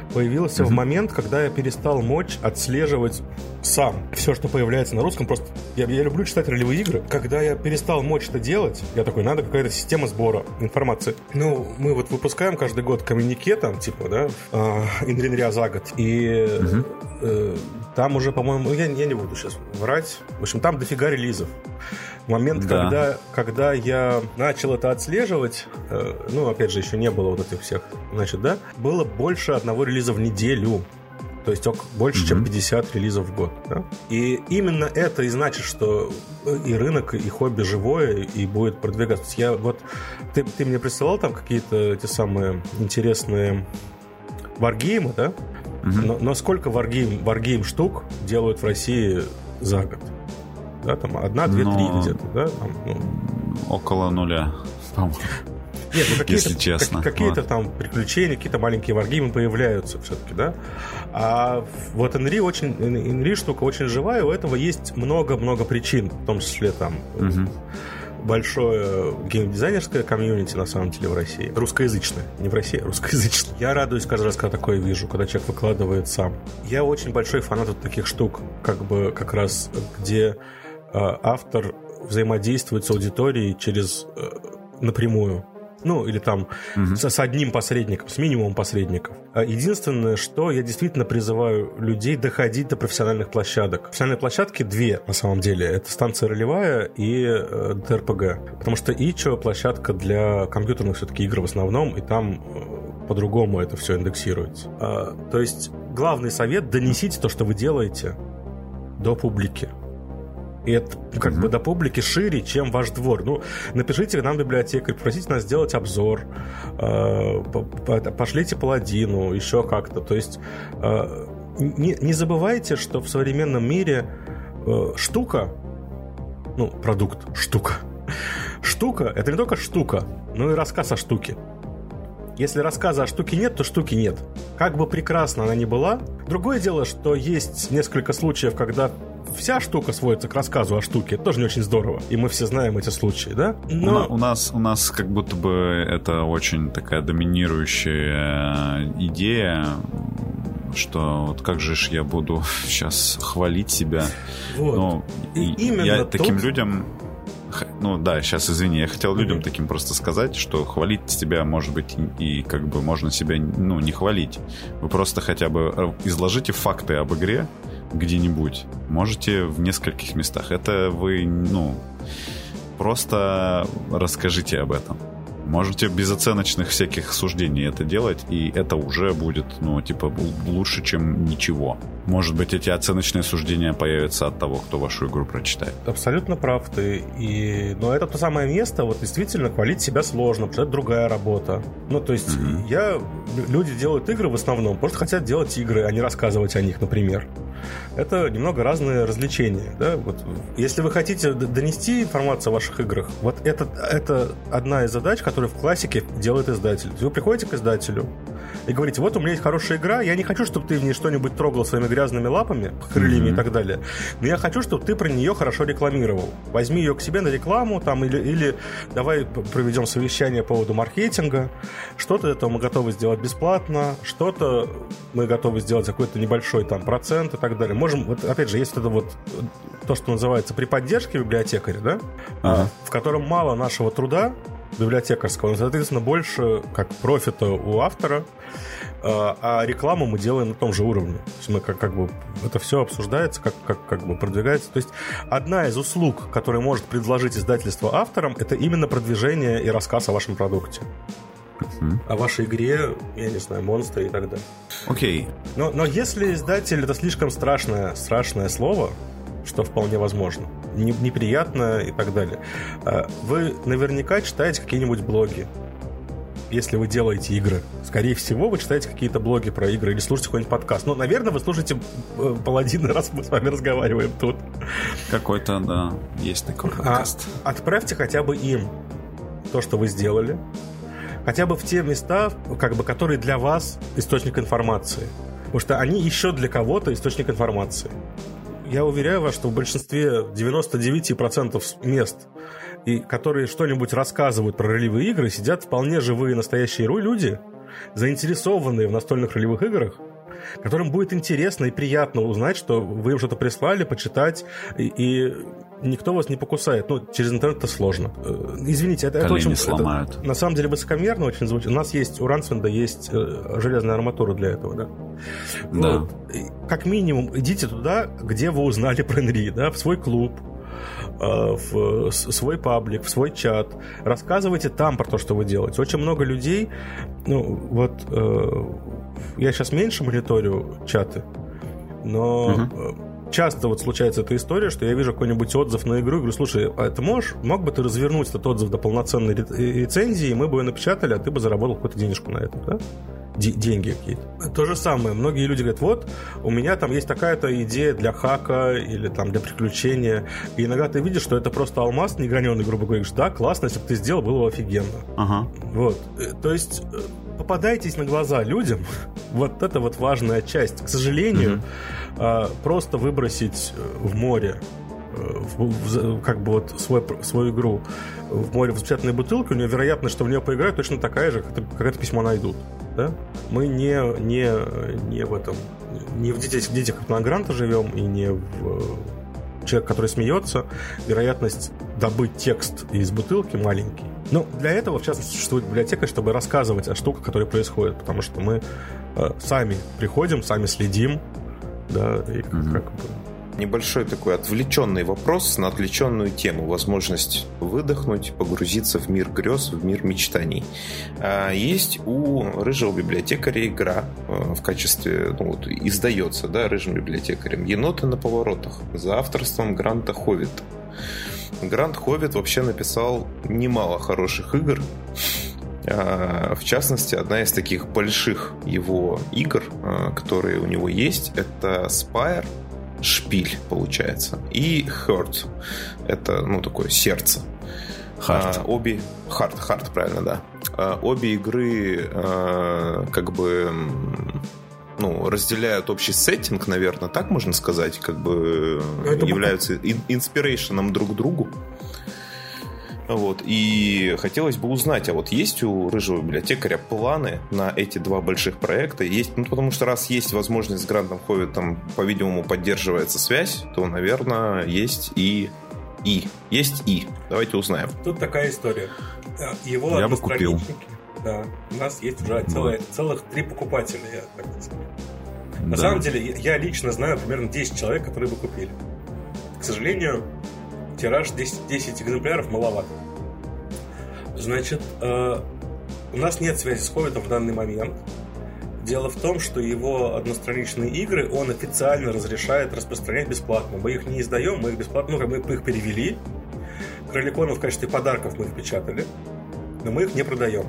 Speaker 3: появился в момент, когда я перестал мочь отслеживать сам все, что появляется на русском. Просто я люблю читать ролевые игры. Когда я перестал мочь это делать, я такой, надо какая-то система сбора информации. Ну, мы вот выпускаем каждый год коммюнике, там, типа, да, Инринря за год. И там уже, по-моему, я не буду сейчас врать. В общем, там дофига релизов. В момент, когда я начал это отслеживать, ну, опять же, еще не было вот этих всех, значит, да, было больше одного релиза в неделю. То есть больше, чем 50 релизов в год. Да? И именно это и значит, что и рынок, и хобби живое, и будет продвигаться. Я вот, ты мне присылал там какие-то эти самые интересные варгеймы, да? Но сколько варгейм штук делают в России за год? Да, там 1, 2, 3 где-то, да? Там,
Speaker 1: около нуля, по-моему.
Speaker 3: Нет, ну
Speaker 1: если честно.
Speaker 3: Какие-то там приключения, какие-то маленькие варгеймы появляются все-таки, да? А вот Инри штука очень живая, у этого есть много-много причин, в том числе там большое геймдизайнерское комьюнити, на самом деле, в России. Русскоязычное. Не в России, а русскоязычное. Я радуюсь каждый раз, когда такое вижу, когда человек выкладывает сам. Я очень большой фанат вот таких штук, как раз где автор взаимодействует с аудиторией через напрямую. Ну, или там с одним посредником, с минимумом посредников. Единственное, что я действительно призываю людей доходить до профессиональных площадок. Профессиональные площадки 2, на самом деле. Это станция ролевая и ТРПГ. Потому что ИЧО площадка для компьютерных все-таки игр в основном, и там по-другому это все индексируется. То есть главный совет — донесите то, что вы делаете, до публики. И это как бы до публики шире, чем ваш двор. Ну, напишите нам, библиотекарь, попросите нас сделать обзор, пошлите паладину, еще как-то. То есть не забывайте, что в современном мире штука, ну, продукт, штука, это не только штука, но и рассказ о штуке. Если рассказа о штуке нет, то штуки нет. Как бы прекрасна она ни была. Другое дело, что есть несколько случаев, когда вся штука сводится к рассказу о штуке. Это тоже не очень здорово. И мы все знаем эти случаи, да?
Speaker 1: Но у нас как будто бы это очень такая доминирующая идея, что вот как же ж я буду сейчас хвалить себя.
Speaker 3: Вот.
Speaker 1: Ну,
Speaker 3: именно
Speaker 1: я таким людям... Ну да, сейчас извини, я хотел людям таким просто сказать, что хвалить себя, может быть, и как бы можно себя, ну, не хвалить. Вы просто хотя бы изложите факты об игре где-нибудь. Можете в нескольких местах. Это вы, ну, просто расскажите об этом. Можете без оценочных всяких суждений это делать, и это уже будет, ну, типа, лучше, чем ничего. Может быть, эти оценочные суждения появятся от того, кто вашу игру прочитает.
Speaker 3: Абсолютно прав ты. Но это то самое место, вот действительно, хвалить себя сложно, потому что это другая работа. Ну, то есть, люди делают игры в основном, просто хотят делать игры, а не рассказывать о них, например. Это немного разные развлечения, да? Вот, если вы хотите донести информацию о ваших играх, вот это одна из задач, которую в классике делает издатель. Вы приходите к издателю и говорите: вот у меня есть хорошая игра, я не хочу, чтобы ты в ней что-нибудь трогал своими грязными лапами, крыльями и так далее, но я хочу, чтобы ты про нее хорошо рекламировал. Возьми ее к себе на рекламу, там, или давай проведем совещание по поводу маркетинга. Что-то этого мы готовы сделать бесплатно, что-то мы готовы сделать за какой-то небольшой там процент и так далее. Можем, вот опять же, есть это вот то, что называется при поддержке библиотекаря, да, в котором мало нашего труда библиотекарского, но, соответственно, больше как профита у автора, а рекламу мы делаем на том же уровне. То есть мы как бы это все обсуждается, как бы продвигается. То есть одна из услуг, которую может предложить издательство авторам, это именно продвижение и рассказ о вашем продукте. О вашей игре, я не знаю, монстры и так далее.
Speaker 1: Окей.
Speaker 3: Но если издатель — это слишком страшное слово, что вполне возможно, неприятно и так далее, вы наверняка читаете какие-нибудь блоги. Если вы делаете игры, скорее всего, вы читаете какие-то блоги про игры или слушаете какой-нибудь подкаст. Ну, наверное, вы слушаете «Паладина», раз мы с вами разговариваем тут.
Speaker 1: Какой-то, да, есть такой подкаст.
Speaker 3: Отправьте хотя бы им то, что вы сделали, хотя бы в те места, как бы, которые для вас источник информации. Потому что они еще для кого-то источник информации. Я уверяю вас, что в большинстве 99% мест, и которые что-нибудь рассказывают про ролевые игры, сидят вполне живые настоящие люди, заинтересованные в настольных ролевых играх, которым будет интересно и приятно узнать, что вы им что-то прислали, почитать, и никто вас не покусает. Ну, через интернет это сложно. Извините, это очень...
Speaker 1: сломают.
Speaker 3: Это, на самом деле высокомерно очень звучит. У нас есть, у Рансвинда есть железная арматура для этого, да?
Speaker 1: Да.
Speaker 3: Вот. Как минимум, идите туда, где вы узнали про Энри, да, в свой клуб, в свой паблик, в свой чат. Рассказывайте там про то, что вы делаете. Очень много людей, ну, вот я сейчас меньше мониторю чаты, но часто вот случается эта история, что я вижу какой-нибудь отзыв на игру и говорю, слушай, а ты мог бы ты развернуть этот отзыв до полноценной рецензии, и мы бы ее напечатали, а ты бы заработал какую-то денежку на этом, да? Деньги какие-то. То же самое. Многие люди говорят, вот, у меня там есть такая-то идея для хака или там для приключения. И иногда ты видишь, что это просто алмаз неграненный, грубо говоря. Говоришь, да, классно, если бы ты сделал, было бы офигенно.
Speaker 1: Ага.
Speaker 3: Вот. То есть попадайтесь на глаза людям. Вот это вот важная часть. К сожалению, просто выбросить в море как бы вот свою игру в море в запечатанной бутылке, у нее вероятность, что в нее поиграют, точно такая же, как это письмо найдут. Да? Мы не в этом, не в детях гранта живем, и не в человек, который смеется. Вероятность добыть текст из бутылки маленький. Но для этого, в частности, существует библиотека, чтобы рассказывать о штуках, которые происходят, потому что мы сами приходим, сами следим, да, и как бы...
Speaker 2: Небольшой такой отвлеченный вопрос на отвлеченную тему. Возможность выдохнуть, погрузиться в мир грез, в мир мечтаний. Есть у рыжего библиотекаря игра в качестве, ну, вот, издается, да, рыжим библиотекарем, «Еноты на поворотах» за авторством Гранта Ховита. Грант Ховит вообще написал немало хороших игр. В частности, одна из таких больших его игр, которые у него есть, это Spire, шпиль, получается, и Heart. Это, ну, такое сердце. Обе... Heart, правильно, да. Обе игры как бы, ну, разделяют общий сеттинг, наверное, так можно сказать, как бы являются инспирейшеном друг другу. Вот. И хотелось бы узнать, а вот есть у рыжего библиотекаря планы на эти два больших проекта? Есть, ну, потому что раз есть возможность с Грантом Ховитом, по-видимому, поддерживается связь, то, наверное, есть и. Давайте узнаем.
Speaker 3: Тут такая история. Его
Speaker 1: я бы купил.
Speaker 3: Да, у нас есть уже целых 3 покупателя, я так скажу. На самом деле, я лично знаю примерно 10 человек, которые бы купили. К сожалению, тираж 10 экземпляров маловато. Значит, у нас нет связи с Ховитом в данный момент. Дело в том, что его одностраничные игры он официально разрешает распространять бесплатно. Мы их не издаем, мы их бесплатно, мы их перевели. Кроликону в качестве подарков мы их печатали, но мы их не продаем.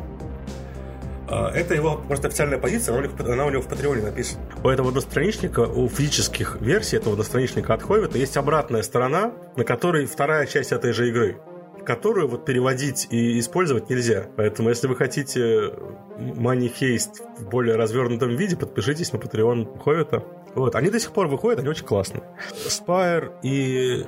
Speaker 3: Это его просто официальная позиция, она у него в Патреоне написана. У этого одностраничника, у физических версий этого одностраничника от Ховита есть обратная сторона, на которой вторая часть этой же игры, которую вот переводить и использовать нельзя. Поэтому, если вы хотите Money Heist в более развернутом виде, подпишитесь на Patreon Ховита. Вот. Они до сих пор выходят, они очень классные. Spire и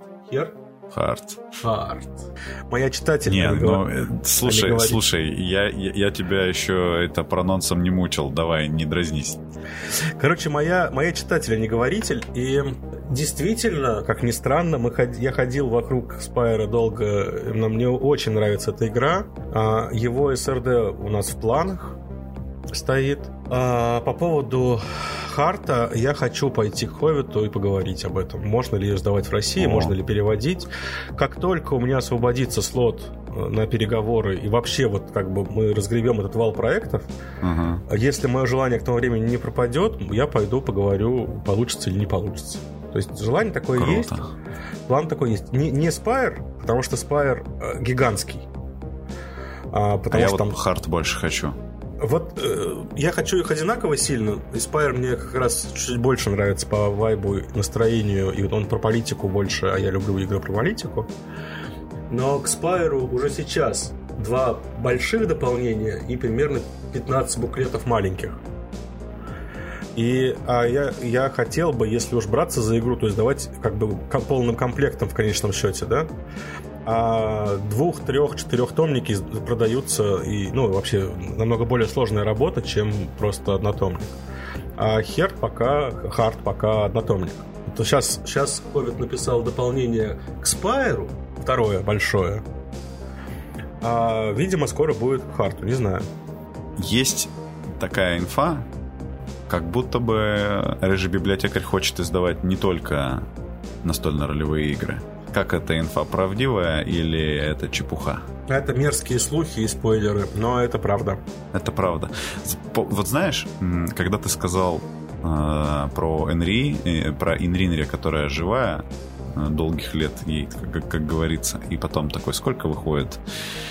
Speaker 3: Heart. Моя читатель.
Speaker 1: Не, ну, слушай, я тебя еще это прононсом не мучил, давай, не дразнись.
Speaker 3: Короче, моя читатель, не говоритель, и действительно, как ни странно, я ходил вокруг Spire долго, но мне очень нравится эта игра. Его СРД у нас в планах стоит. По поводу Харта я хочу пойти к Ховиту и поговорить об этом. Можно ли ее сдавать в России, можно ли переводить. Как только у меня освободится слот на переговоры и вообще вот как бы мы разгребем этот вал проектов, если мое желание к тому времени не пропадет, я пойду поговорю, получится или не получится. То есть желание такое есть, план такой есть. Не Spire, потому что Spire гигантский.
Speaker 1: Потому что там Харт больше хочу.
Speaker 3: Вот я хочу их одинаково сильно. И Spire мне как раз чуть больше нравится по вайбу, настроению. И он про политику больше, а я люблю игры про политику. Но к Spire уже сейчас 2 больших дополнения и примерно 15 буклетов маленьких. И я хотел бы, если уж браться за игру, то есть давать как бы полным комплектом в конечном счете, да? а 2-, 3-, 4-томники продаются, и, ну, вообще намного более сложная работа, чем просто однотомник. А Хард пока однотомник. То сейчас Ковид написал дополнение к Спайру, второе большое. А, видимо, скоро будет к Харту, не знаю.
Speaker 1: Есть такая инфа, как будто бы рыжий библиотекарь хочет издавать не только настольно-ролевые игры. Как эта инфа, правдивая или это чепуха?
Speaker 3: Это мерзкие слухи и спойлеры, но это правда.
Speaker 1: Это правда. Вот знаешь, когда ты сказал про Инринри, которая живая, долгих лет ей, как говорится, и потом такой, сколько выходит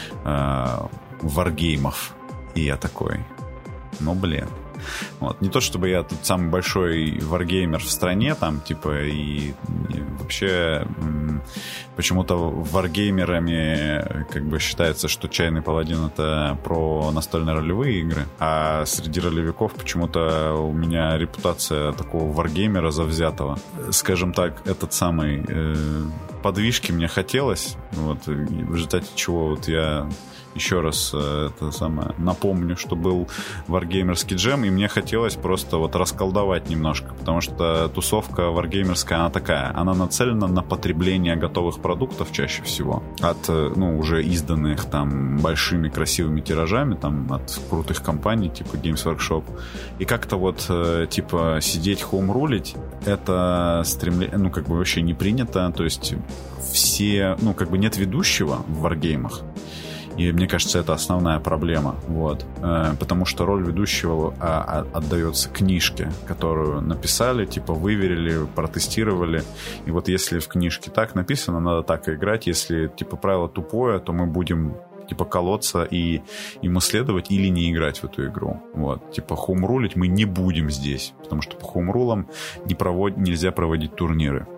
Speaker 1: варгеймов? И я такой, ну, блин. Вот. Не то, чтобы я тут самый большой варгеймер в стране, там, типа, и вообще почему-то варгеймерами как бы считается, что Чайный Паладин — это про настольно-ролевые игры, а среди ролевиков почему-то у меня репутация такого варгеймера завзятого. Скажем так, этот самый подвижки мне хотелось, вот, в результате чего вот я еще раз это самое напомню, что был варгеймерский джем, и мне хотелось просто вот расколдовать немножко, потому что тусовка варгеймерская, она такая, она нацелена на потребление готовых продуктов чаще всего, от, ну, уже изданных там большими красивыми тиражами, там, от крутых компаний, типа Games Workshop, и как-то вот, типа, сидеть хоум-рулить, это стремление, ну, как бы вообще не принято, то есть все, ну, как бы нет ведущего в варгеймах. И мне кажется, это основная проблема. Вот. Потому что роль ведущего отдается книжке, которую написали, типа выверили, протестировали. И вот если в книжке так написано, надо так и играть. Если типа правило тупое, то мы будем типа колоться и ему следовать или не играть в эту игру. Вот. Типа хоумрулить мы не будем здесь, потому что по хоумрулам нельзя проводить турниры.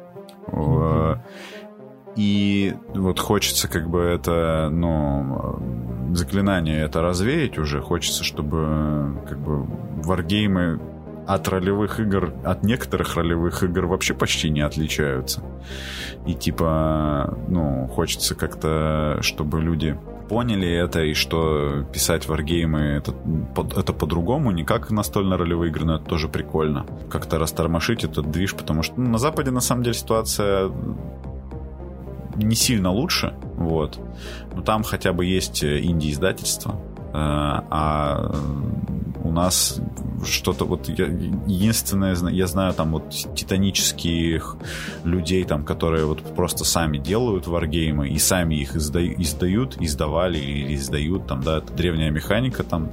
Speaker 1: И вот хочется как бы это, ну, заклинание это развеять уже. Хочется, чтобы как бы варгеймы от ролевых игр, от некоторых ролевых игр вообще почти не отличаются. И типа, ну, хочется как-то, чтобы люди поняли это, и что писать варгеймы это по-другому, не как настольно-ролевые игры, но это тоже прикольно. Как-то растормошить этот движ, потому что на Западе на самом деле ситуация не сильно лучше, вот. Но там хотя бы есть инди-издательство, а у нас что-то вот единственное, я знаю там вот титанических людей там, которые вот просто сами делают варгеймы и сами их издавали или издают там, да, это древняя механика там,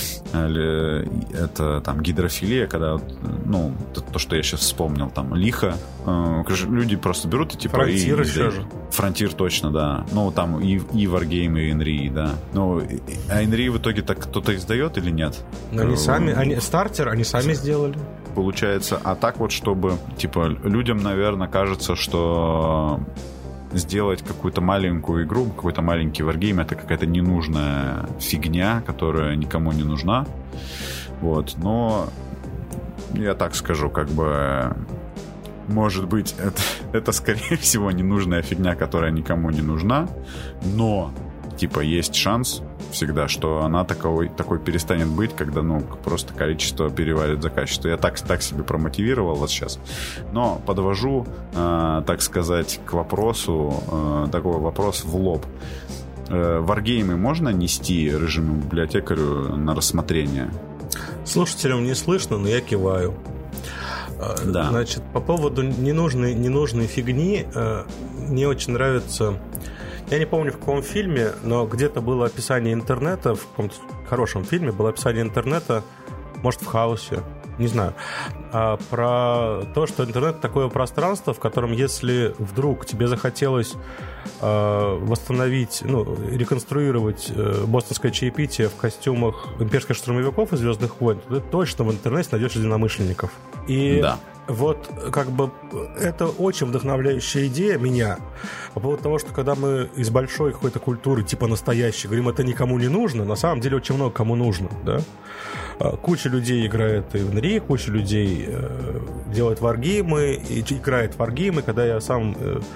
Speaker 1: это там гидрофилия, когда, ну, то, что я сейчас вспомнил, там лихо, люди просто берут и типа
Speaker 3: Фронтир еще же.
Speaker 1: Фронтир точно, да. Ну, там и варгеймы, и Инри, да. Ну, а Инри в итоге так кто-то издает или нет?
Speaker 3: Они сами, стартер они сами сделали.
Speaker 1: Получается, а так вот, чтобы, типа, людям, наверное, кажется, что сделать какую-то маленькую игру, какой-то маленький варгейм — это какая-то ненужная фигня, которая никому не нужна. Вот, но я так скажу, как бы, может быть, это скорее всего ненужная фигня, которая никому не нужна, но, типа, есть шанс всегда, что она такой перестанет быть, когда, ну, просто количество перевалит за качество. Я так себе промотивировал вот сейчас. Но подвожу, так сказать, к вопросу, такой вопрос в лоб. Варгеймы можно нести рыжему библиотекарю на рассмотрение?
Speaker 3: Слушателям не слышно, но я киваю. Да. Значит, по поводу ненужной фигни, мне очень нравится... Я не помню, в каком фильме, но где-то было описание интернета, в каком-то хорошем фильме было описание интернета, может, в «Хаусе», не знаю, про то, что интернет — такое пространство, в котором, если вдруг тебе захотелось восстановить, ну, реконструировать бостонское чаепитие в костюмах имперских штурмовиков и «Звездных войн», то ты точно в интернете найдешь единомышленников. И да. Вот, как бы, это очень вдохновляющая идея меня по поводу того, что когда мы из большой какой-то культуры, типа настоящей, говорим, это никому не нужно, на самом деле очень много кому нужно, да? Куча людей играет и в Инри, куча людей делает варгеймы, и играет в варгеймы. Когда я сам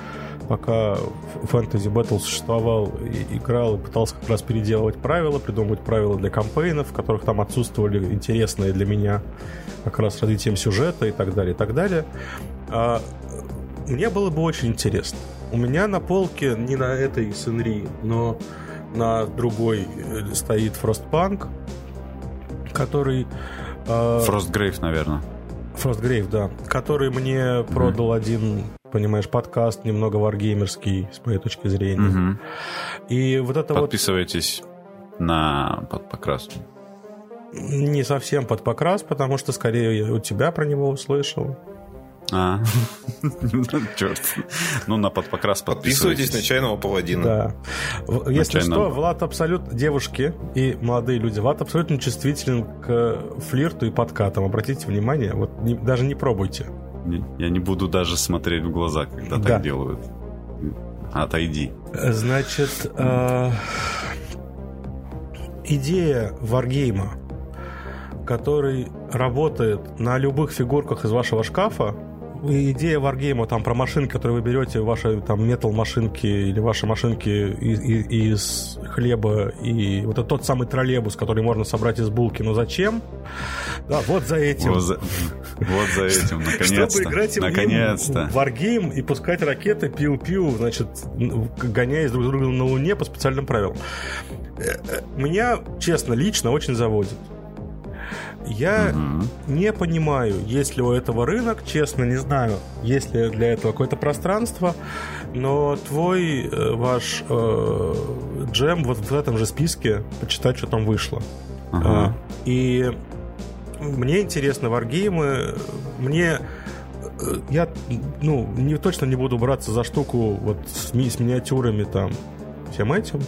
Speaker 3: пока Fantasy Battle существовал, играл и пытался как раз переделывать правила, придумывать правила для кампейнов, в которых там отсутствовали интересные для меня как раз развитием сюжета и так далее, и так далее. Мне было бы очень интересно. У меня на полке, не на этой Сенри, но на другой стоит Frostpunk, который...
Speaker 1: Frostgrave, наверное.
Speaker 3: Frostgrave, да. Который мне продал один, понимаешь, подкаст немного варгеймерский, с моей точки зрения. И вот это
Speaker 1: Подписывайтесь на подпокрас.
Speaker 3: Не совсем под покрас, потому что скорее я у тебя про него услышал.
Speaker 1: Черт. Ну, на подпокрас
Speaker 2: подписывайтесь на чайного паладина.
Speaker 3: Да. Если что, Влад абсолютно... Девушки и молодые люди, Влад абсолютно чувствителен к флирту и подкатам. Обратите внимание, вот даже не пробуйте.
Speaker 1: Я не буду даже смотреть в глаза, когда так делают. Отойди.
Speaker 3: Значит, идея варгейма, который работает на любых фигурках из вашего шкафа. Идея варгейма там про машинки, которые вы берете, ваши там метал-машинки или ваши машинки из хлеба, и вот это тот самый троллейбус, который можно собрать из булки. Но зачем? Да, вот за этим.
Speaker 1: Вот за этим, наконец-то.
Speaker 3: Чтобы играть в варгейм и пускать ракеты пиу-пиу, значит, гоняясь друг друга на Луне по специальным правилам. Меня, честно, лично очень заводит. Я не понимаю, есть ли у этого рынок, честно, не знаю, есть ли для этого какое-то пространство, но ваш джем вот в этом же списке, почитать, что там вышло. И мне интересны варгеймы, я точно не буду браться за штуку вот с миниатюрами там, всем этим.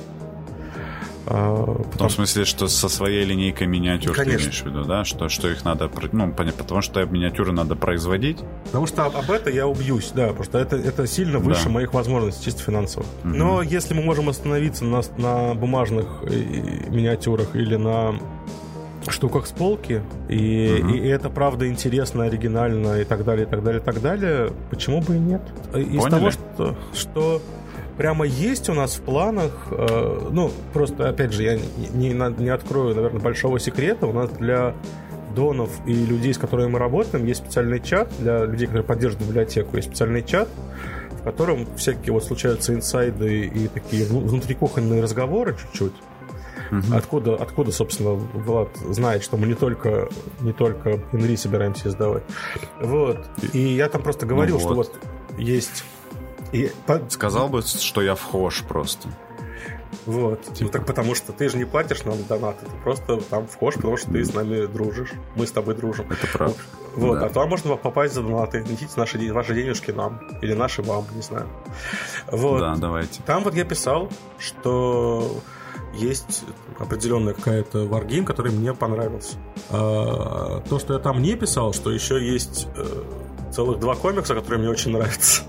Speaker 1: В том смысле, что со своей линейкой миниатюр ты имеешь в виду, да? Что их надо... потому что миниатюры надо производить.
Speaker 3: Потому что об этом я убьюсь, да. Потому что это сильно выше моих возможностей, чисто финансово. Но если мы можем остановиться на бумажных миниатюрах или на штуках с полки, и это правда интересно, оригинально и так далее, и так далее, и так далее, почему бы и нет? Из того, что прямо есть у нас в планах, просто, опять же, я не открою, наверное, большого секрета. У нас для донов и людей, с которыми мы работаем, есть специальный чат. Для людей, которые поддерживают библиотеку, есть специальный чат, в котором всякие вот случаются инсайды и такие внутрикухонные разговоры чуть-чуть. Откуда, собственно, Влад знает, что мы не только Инри собираемся издавать. Вот. И я там просто говорил, что вот есть...
Speaker 1: Сказал бы, что я вхож просто.
Speaker 3: Вот. Так потому что ты же не платишь нам донаты, ты просто там вхож, потому что ты с нами дружишь. Мы с тобой дружим.
Speaker 1: Это правда.
Speaker 3: Вот. Да. А то можно попасть за донаты. Несите ваши денежки нам. Или наши вам, не знаю. Вот.
Speaker 1: Да, давайте.
Speaker 3: Там вот я писал, что есть определенная какая-то варгейм, который мне понравился. То, что я там не писал, что еще есть целых 2 комикса, которые мне очень нравятся.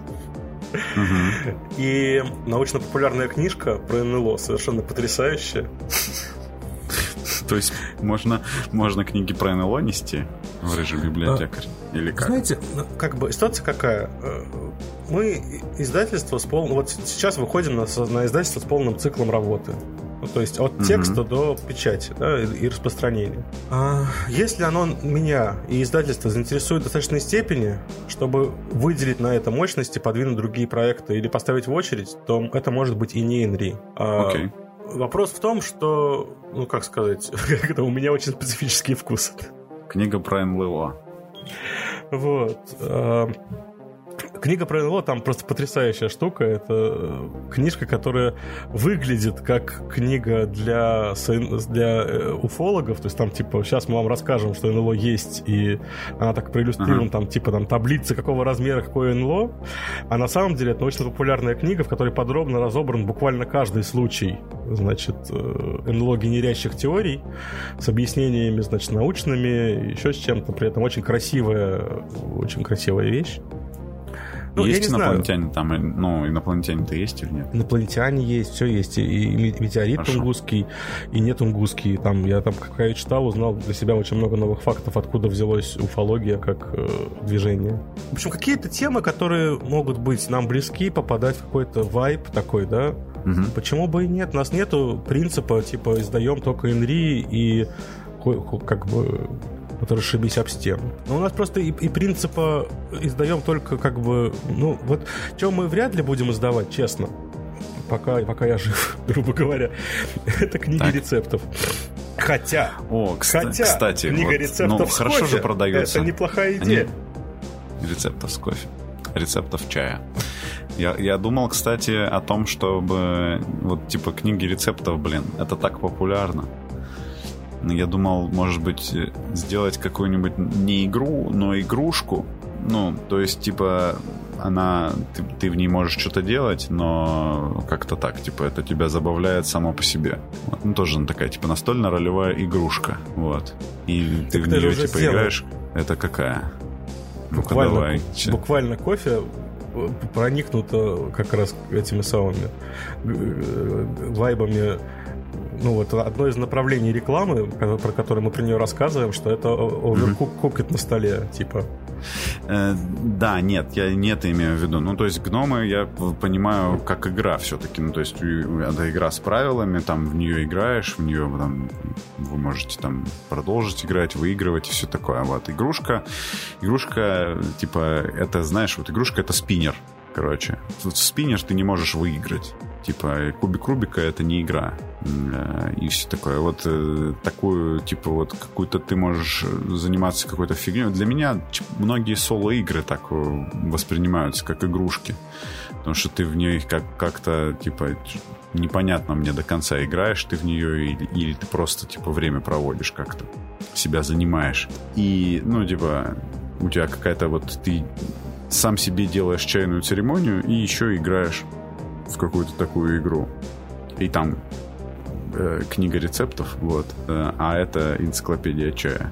Speaker 3: И научно-популярная книжка про НЛО совершенно потрясающая.
Speaker 1: То есть можно книги про НЛО нести в рыжий библиотекарь? Или как?
Speaker 3: Знаете, ситуация какая? Мы издательство вот сейчас выходим на издательство с полным циклом работы. То есть от текста до печати, да, и распространения. Если оно меня и издательство заинтересует в достаточной степени, чтобы выделить на это мощности, подвинуть другие проекты или поставить в очередь, то это может быть и не Инри.
Speaker 1: Окей.
Speaker 3: Вопрос в том, что, как сказать, у меня очень специфический вкус.
Speaker 1: Книга про НЛО.
Speaker 3: Вот. Книга про НЛО там просто потрясающая штука. Это книжка, которая выглядит как книга для уфологов. То есть там типа сейчас мы вам расскажем, что НЛО есть, и она так проиллюстрирована, там типа там таблицы какого размера какое НЛО. А на самом деле это научно-популярная книга, в которой подробно разобран буквально каждый случай, значит, НЛО генерящих теорий с объяснениями, значит, научными, еще с чем-то. При этом очень красивая вещь. Ну,
Speaker 1: есть инопланетяне там? Ну, инопланетяне-то есть или нет?
Speaker 3: Инопланетяне есть, все есть. И метеорит
Speaker 1: Хорошо.
Speaker 3: тунгусский, и не тунгусский. Там, я там, когда я читал, узнал для себя очень много новых фактов, откуда взялась уфология как движение. В общем, какие-то темы, которые могут быть нам близки, попадать в какой-то вайб такой, да?
Speaker 1: Угу.
Speaker 3: Почему бы и нет? У нас нету принципа, типа, издаем только инри и как бы вот расшибись об стену. Но у нас просто и принципа издаем только как бы... Ну, вот что мы вряд ли будем издавать, честно, пока я жив, грубо говоря, это книги рецептов. Хотя,
Speaker 1: кстати,
Speaker 3: книга
Speaker 1: вот,
Speaker 3: рецептов с
Speaker 1: хорошо
Speaker 3: кофе,
Speaker 1: же продается.
Speaker 3: Это неплохая идея.
Speaker 1: Рецептов с кофе. Рецептов чая. Я думал, кстати, о том, чтобы вот типа книги рецептов, это так популярно. Я думал, может быть, сделать какую-нибудь не игру, но игрушку. Ну, то есть, типа, ты в ней можешь что-то делать, но как-то так, типа, это тебя забавляет само по себе. Вот. Ну, тоже такая, типа, настольно-ролевая игрушка. Вот. И ты в нее, типа, играешь. Это какая?
Speaker 3: Буквально кофе проникнуто как раз этими самыми вайбами. Ну, вот одно из направлений рекламы, про которое мы про нее рассказываем, что это оверкукет на столе, типа.
Speaker 1: Да, нет, я не это имею в виду. Ну, то есть гномы я понимаю как игра все-таки. Ну, то есть это игра с правилами, там в нее играешь, в нее там вы можете там продолжить играть, выигрывать и все такое. Вот игрушка, типа, это, знаешь, вот игрушка — это спиннер, короче. В спиннер ты не можешь выиграть. Типа, кубик Рубика — это не игра. И все такое. Вот такую, типа, вот какую-то ты можешь заниматься какой-то фигней. Для меня многие соло-игры так воспринимаются, как игрушки. Потому что ты в ней как-то, типа, непонятно мне до конца играешь ты в нее или ты просто, типа, время проводишь как-то. Себя занимаешь. И, ну, типа, у тебя какая-то вот... Ты сам себе делаешь чайную церемонию и еще играешь в какую-то такую игру. И там книга рецептов, вот. А это энциклопедия чая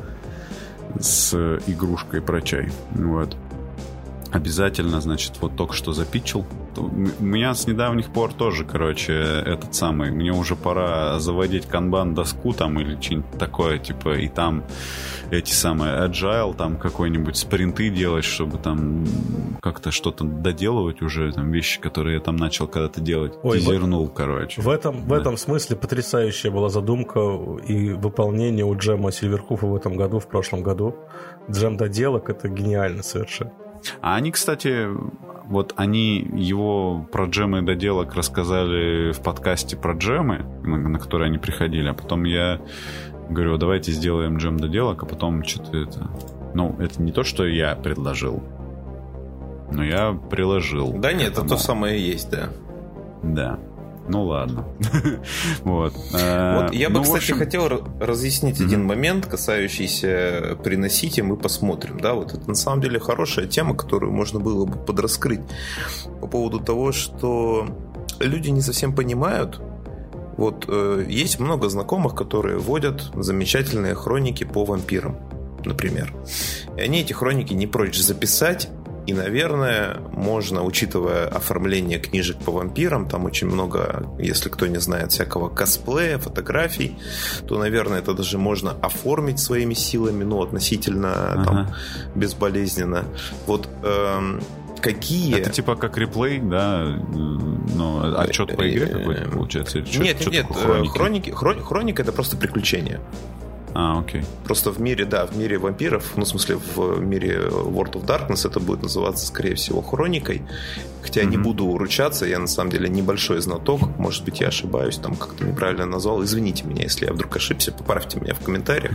Speaker 1: с игрушкой про чай. Вот. Обязательно, значит, вот только что запитчил. У меня с недавних пор тоже, короче, этот самый. Мне уже пора заводить канбан-доску там или что-нибудь такое, типа, и там эти самые agile, там какой-нибудь спринты делать, чтобы там как-то что-то доделывать уже, там вещи, которые я там начал когда-то делать. Тизернул, короче.
Speaker 3: В этом смысле потрясающая была задумка и выполнение у Джема Сильверхуфа в этом году, в прошлом году. Джем доделок — это гениально совершенно.
Speaker 1: А они, кстати, вот они его про джемы и доделок рассказали в подкасте про джемы, на который они приходили, а потом я говорю, давайте сделаем джем доделок, а потом что-то это... Ну, это не то, что я предложил, но я приложил.
Speaker 2: Да нет, это то самое и есть, да.
Speaker 1: Да. Ну ладно. Вот.
Speaker 2: Я бы, кстати, хотел разъяснить один момент, касающийся «приносите, мы посмотрим». Да, вот это на самом деле хорошая тема, которую можно было бы подраскрыть по поводу того, что люди не совсем понимают. Вот есть много знакомых, которые водят замечательные хроники по вампирам, например. И они эти хроники не прочь записать. И, наверное, можно, учитывая оформление книжек по вампирам, там очень много, если кто не знает, всякого косплея, фотографий, то, наверное, это даже можно оформить своими силами, ну, относительно там, безболезненно. Вот какие...
Speaker 1: Это типа как реплей, да? Ну, отчет по игре какой-то получается?
Speaker 2: Нет, хроника — это просто приключения.
Speaker 1: Окей.
Speaker 2: Просто в мире, да, в мире вампиров, ну, в смысле, в мире World of Darkness это будет называться, скорее всего, хроникой. Хотя я не буду ручаться, я, на самом деле, небольшой знаток. Может быть, я ошибаюсь, там как-то неправильно назвал. Извините меня, если я вдруг ошибся, поправьте меня в комментариях.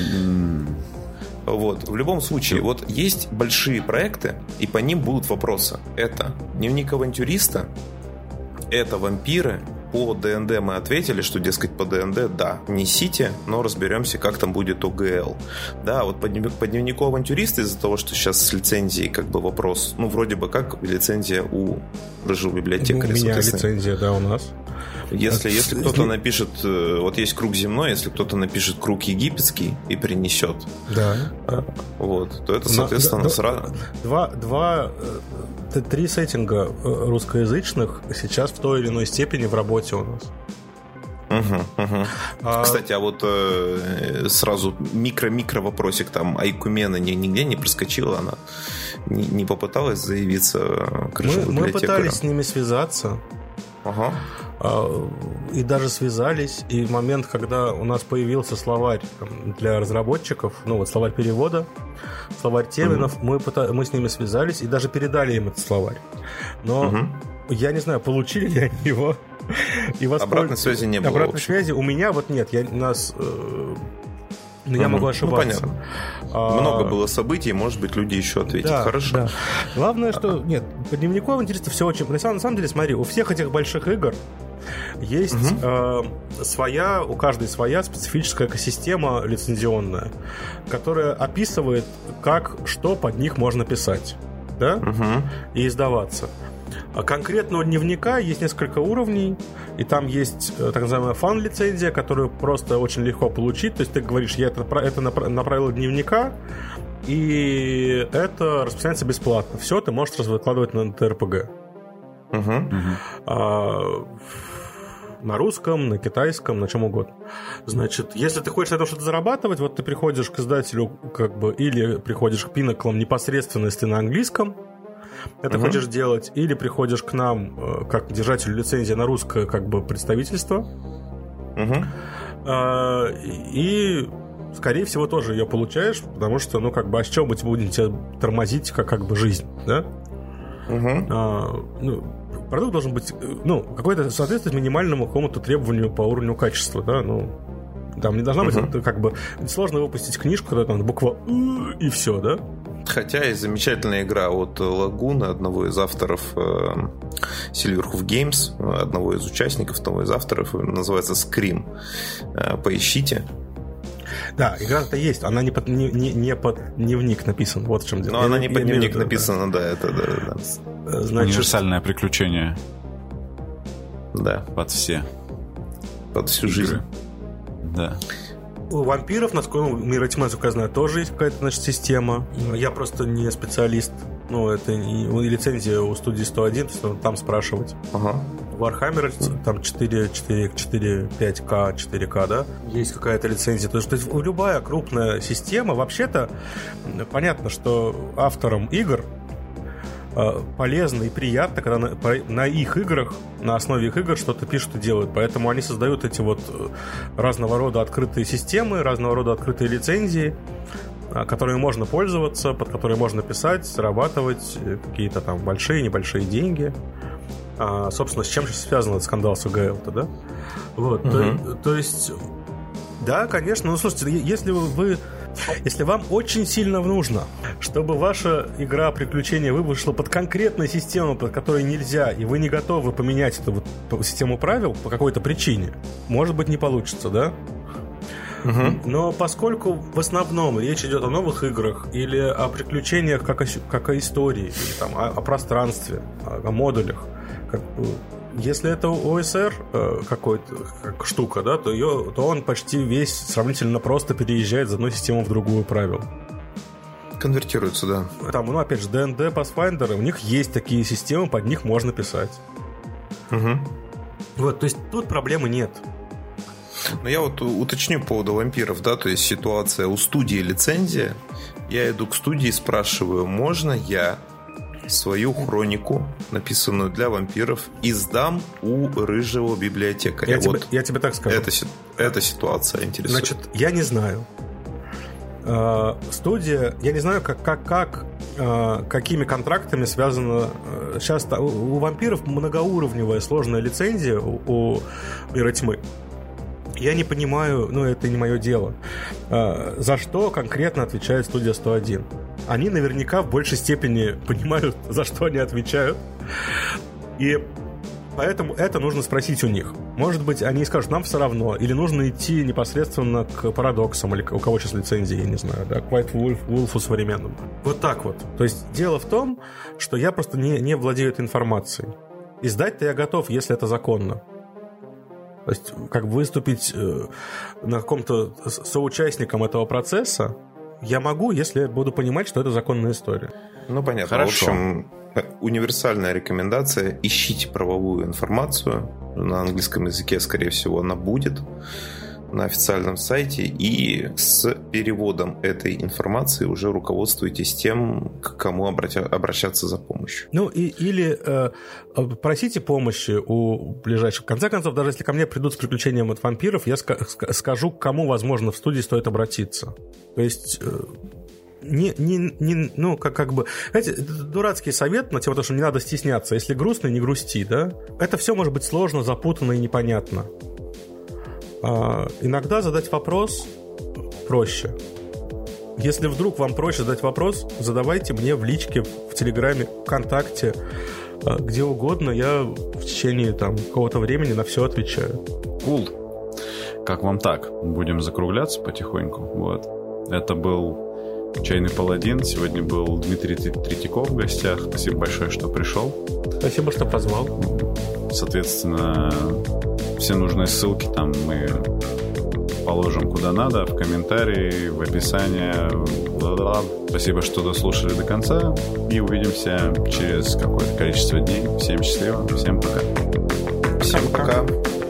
Speaker 2: Вот, в любом случае, вот есть большие проекты, и по ним будут вопросы. Это дневник авантюриста, это вампиры. По ДНД мы ответили, что, дескать, по ДНД, да, несите, но разберемся, как там будет ОГЛ. Да, вот по дневнику авантюриста, из-за того, что сейчас с лицензией как бы вопрос, ну, вроде бы как лицензия у рыжего библиотекаря.
Speaker 3: У меня лицензия, да, у нас.
Speaker 2: Если кто-то напишет, вот есть круг земной, если кто-то напишет круг египетский и принесет, вот, то это, соответственно, сразу...
Speaker 3: Три сеттинга русскоязычных сейчас в той или иной степени в работе у нас.
Speaker 2: Кстати, а вот сразу микро вопросик, там Айкумена нигде не проскочила, она не попыталась заявиться к рыжему библиотекарю?
Speaker 3: Мы пытались с ними связаться. И даже связались. И в момент, когда у нас появился словарь для разработчиков, ну вот словарь перевода, словарь терминов, мы с ними связались и даже передали им этот словарь. Но я не знаю, получили ли они его.
Speaker 2: Обратной связи не было.
Speaker 3: Обратной связи у меня вот нет. Я могу ошибаться.
Speaker 2: Понятно. Много было событий, может быть, люди еще ответят.
Speaker 3: Да,
Speaker 2: хорошо.
Speaker 3: Да. Главное, что... Нет, по дневниковым интересно все очень... На самом деле, смотри, у всех этих больших игр есть у каждой своя специфическая экосистема лицензионная, которая описывает, что под них можно писать, да? И издаваться. А конкретно у дневника есть несколько уровней, и там есть так называемая фан-лицензия, которую просто очень легко получить. То есть ты говоришь, я это направил дневника, и это распространяется бесплатно. Все ты можешь выкладывать на ТРПГ. На русском, на китайском, на чем угодно. Значит, если ты хочешь на этом что-то зарабатывать, вот ты приходишь к издателю, или приходишь к Pinnacle непосредственно, если на английском это хочешь делать, или приходишь к нам как держателю лицензии на русское представительство, и скорее всего тоже ее получаешь, потому что, а с чего мы будем тебя тормозить как жизнь, да? Продукт должен быть, какой-то соответствовать минимальному какому-то требованию по уровню качества, да, там не должна быть сложно выпустить книжку, когда там буква и все, да?
Speaker 2: Хотя есть замечательная игра от Лагуны, одного из авторов Silverhoof Games, одного из участников, одного из авторов, называется Scream. Поищите.
Speaker 3: Да, игра-то есть, она не под дневник написана, вот в чем дело.
Speaker 2: Но она не под дневник написана, да, это да.
Speaker 1: Значит, универсальное приключение.
Speaker 2: Да.
Speaker 1: Под все.
Speaker 2: Под всю жизнь.
Speaker 1: Да.
Speaker 3: У вампиров, насколько Мира Тьмы, насколько я знаю, тоже есть какая-то, система. Я просто не специалист. Это не лицензия у студии 101, то есть там спрашивать. Warhammer там 5К, 4К, да? Есть какая-то лицензия. То есть любая крупная система, вообще-то, понятно, что авторам игр полезно и приятно, когда на их играх, на основе их игр что-то пишут и делают. Поэтому они создают эти разного рода открытые системы, разного рода открытые лицензии, которыми можно пользоваться, под которые можно писать, зарабатывать какие-то там большие, небольшие деньги. Собственно, с чем же связан этот скандал с УГЛ-то, да? То есть, да, конечно. Слушайте, если вам очень сильно нужно, чтобы ваша игра приключения вышла под конкретную систему, под которой нельзя, и вы не готовы поменять эту систему правил по какой-то причине, может быть, не получится, да? Но поскольку в основном речь идет о новых играх или о приключениях как о истории, или там, о пространстве, о модулях, если это ОСР какой-то как штука, да, то он почти весь сравнительно просто переезжает из одной системы в другую правил.
Speaker 2: Конвертируется, да.
Speaker 3: Там, опять же, D&D, Pathfinder, у них есть такие системы, под них можно писать. То есть тут проблемы нет.
Speaker 2: Но я уточню по поводу вампиров, да, то есть ситуация у студии лицензия. Я иду к студии и спрашиваю, можно я свою хронику, написанную для вампиров, издам у рыжего библиотекаря.
Speaker 3: Я тебе так скажу.
Speaker 2: Эта ситуация интересует.
Speaker 3: Значит, я не знаю. Студия, я не знаю, какими контрактами связано. Сейчас у вампиров многоуровневая сложная лицензия у Мира Тьмы. Я не понимаю, это не мое дело, за что конкретно отвечает студия 101. Они наверняка в большей степени понимают, за что они отвечают. И поэтому это нужно спросить у них. Может быть, они скажут, нам все равно. Или нужно идти непосредственно к парадоксам, или у кого сейчас лицензии, я не знаю, да, к White Wolf'у современному. Вот так вот. То есть дело в том, что я просто не владею этой информацией. Издать-то я готов, если это законно. То есть, как выступить на каком-то соучастником этого процесса я могу, если буду понимать, что это законная история.
Speaker 2: Ну, понятно.
Speaker 1: Хорошо.
Speaker 2: В общем, универсальная рекомендация: ищите правовую информацию. На английском языке, скорее всего, она будет на официальном сайте, и с переводом этой информации уже руководствуйтесь тем, к кому обращаться за помощью.
Speaker 3: Ну, или просите помощи у ближайших. В конце концов, даже если ко мне придут с приключением от вампиров, я скажу, к кому, возможно, в студии стоит обратиться. То есть... Знаете, дурацкий совет на тему того, что не надо стесняться. Если грустно, не грусти, да? Это все может быть сложно, запутанно и непонятно. Иногда задать вопрос проще. Если вдруг вам проще задать вопрос, задавайте мне в личке, в Телеграме, ВКонтакте, где угодно. Я в течение какого-то времени на все отвечаю.
Speaker 1: Cool. Как вам так? Будем закругляться потихоньку. Вот. Это был Чайный паладин. Сегодня был Дмитрий Третьяков в гостях. Спасибо большое, что пришел.
Speaker 3: Спасибо, что позвал.
Speaker 1: Соответственно, все нужные ссылки там мы положим куда надо, в комментарии, в описании. Спасибо, что дослушали до конца. И увидимся через какое-то количество дней. Всем счастливо, всем пока.
Speaker 2: Всем пока.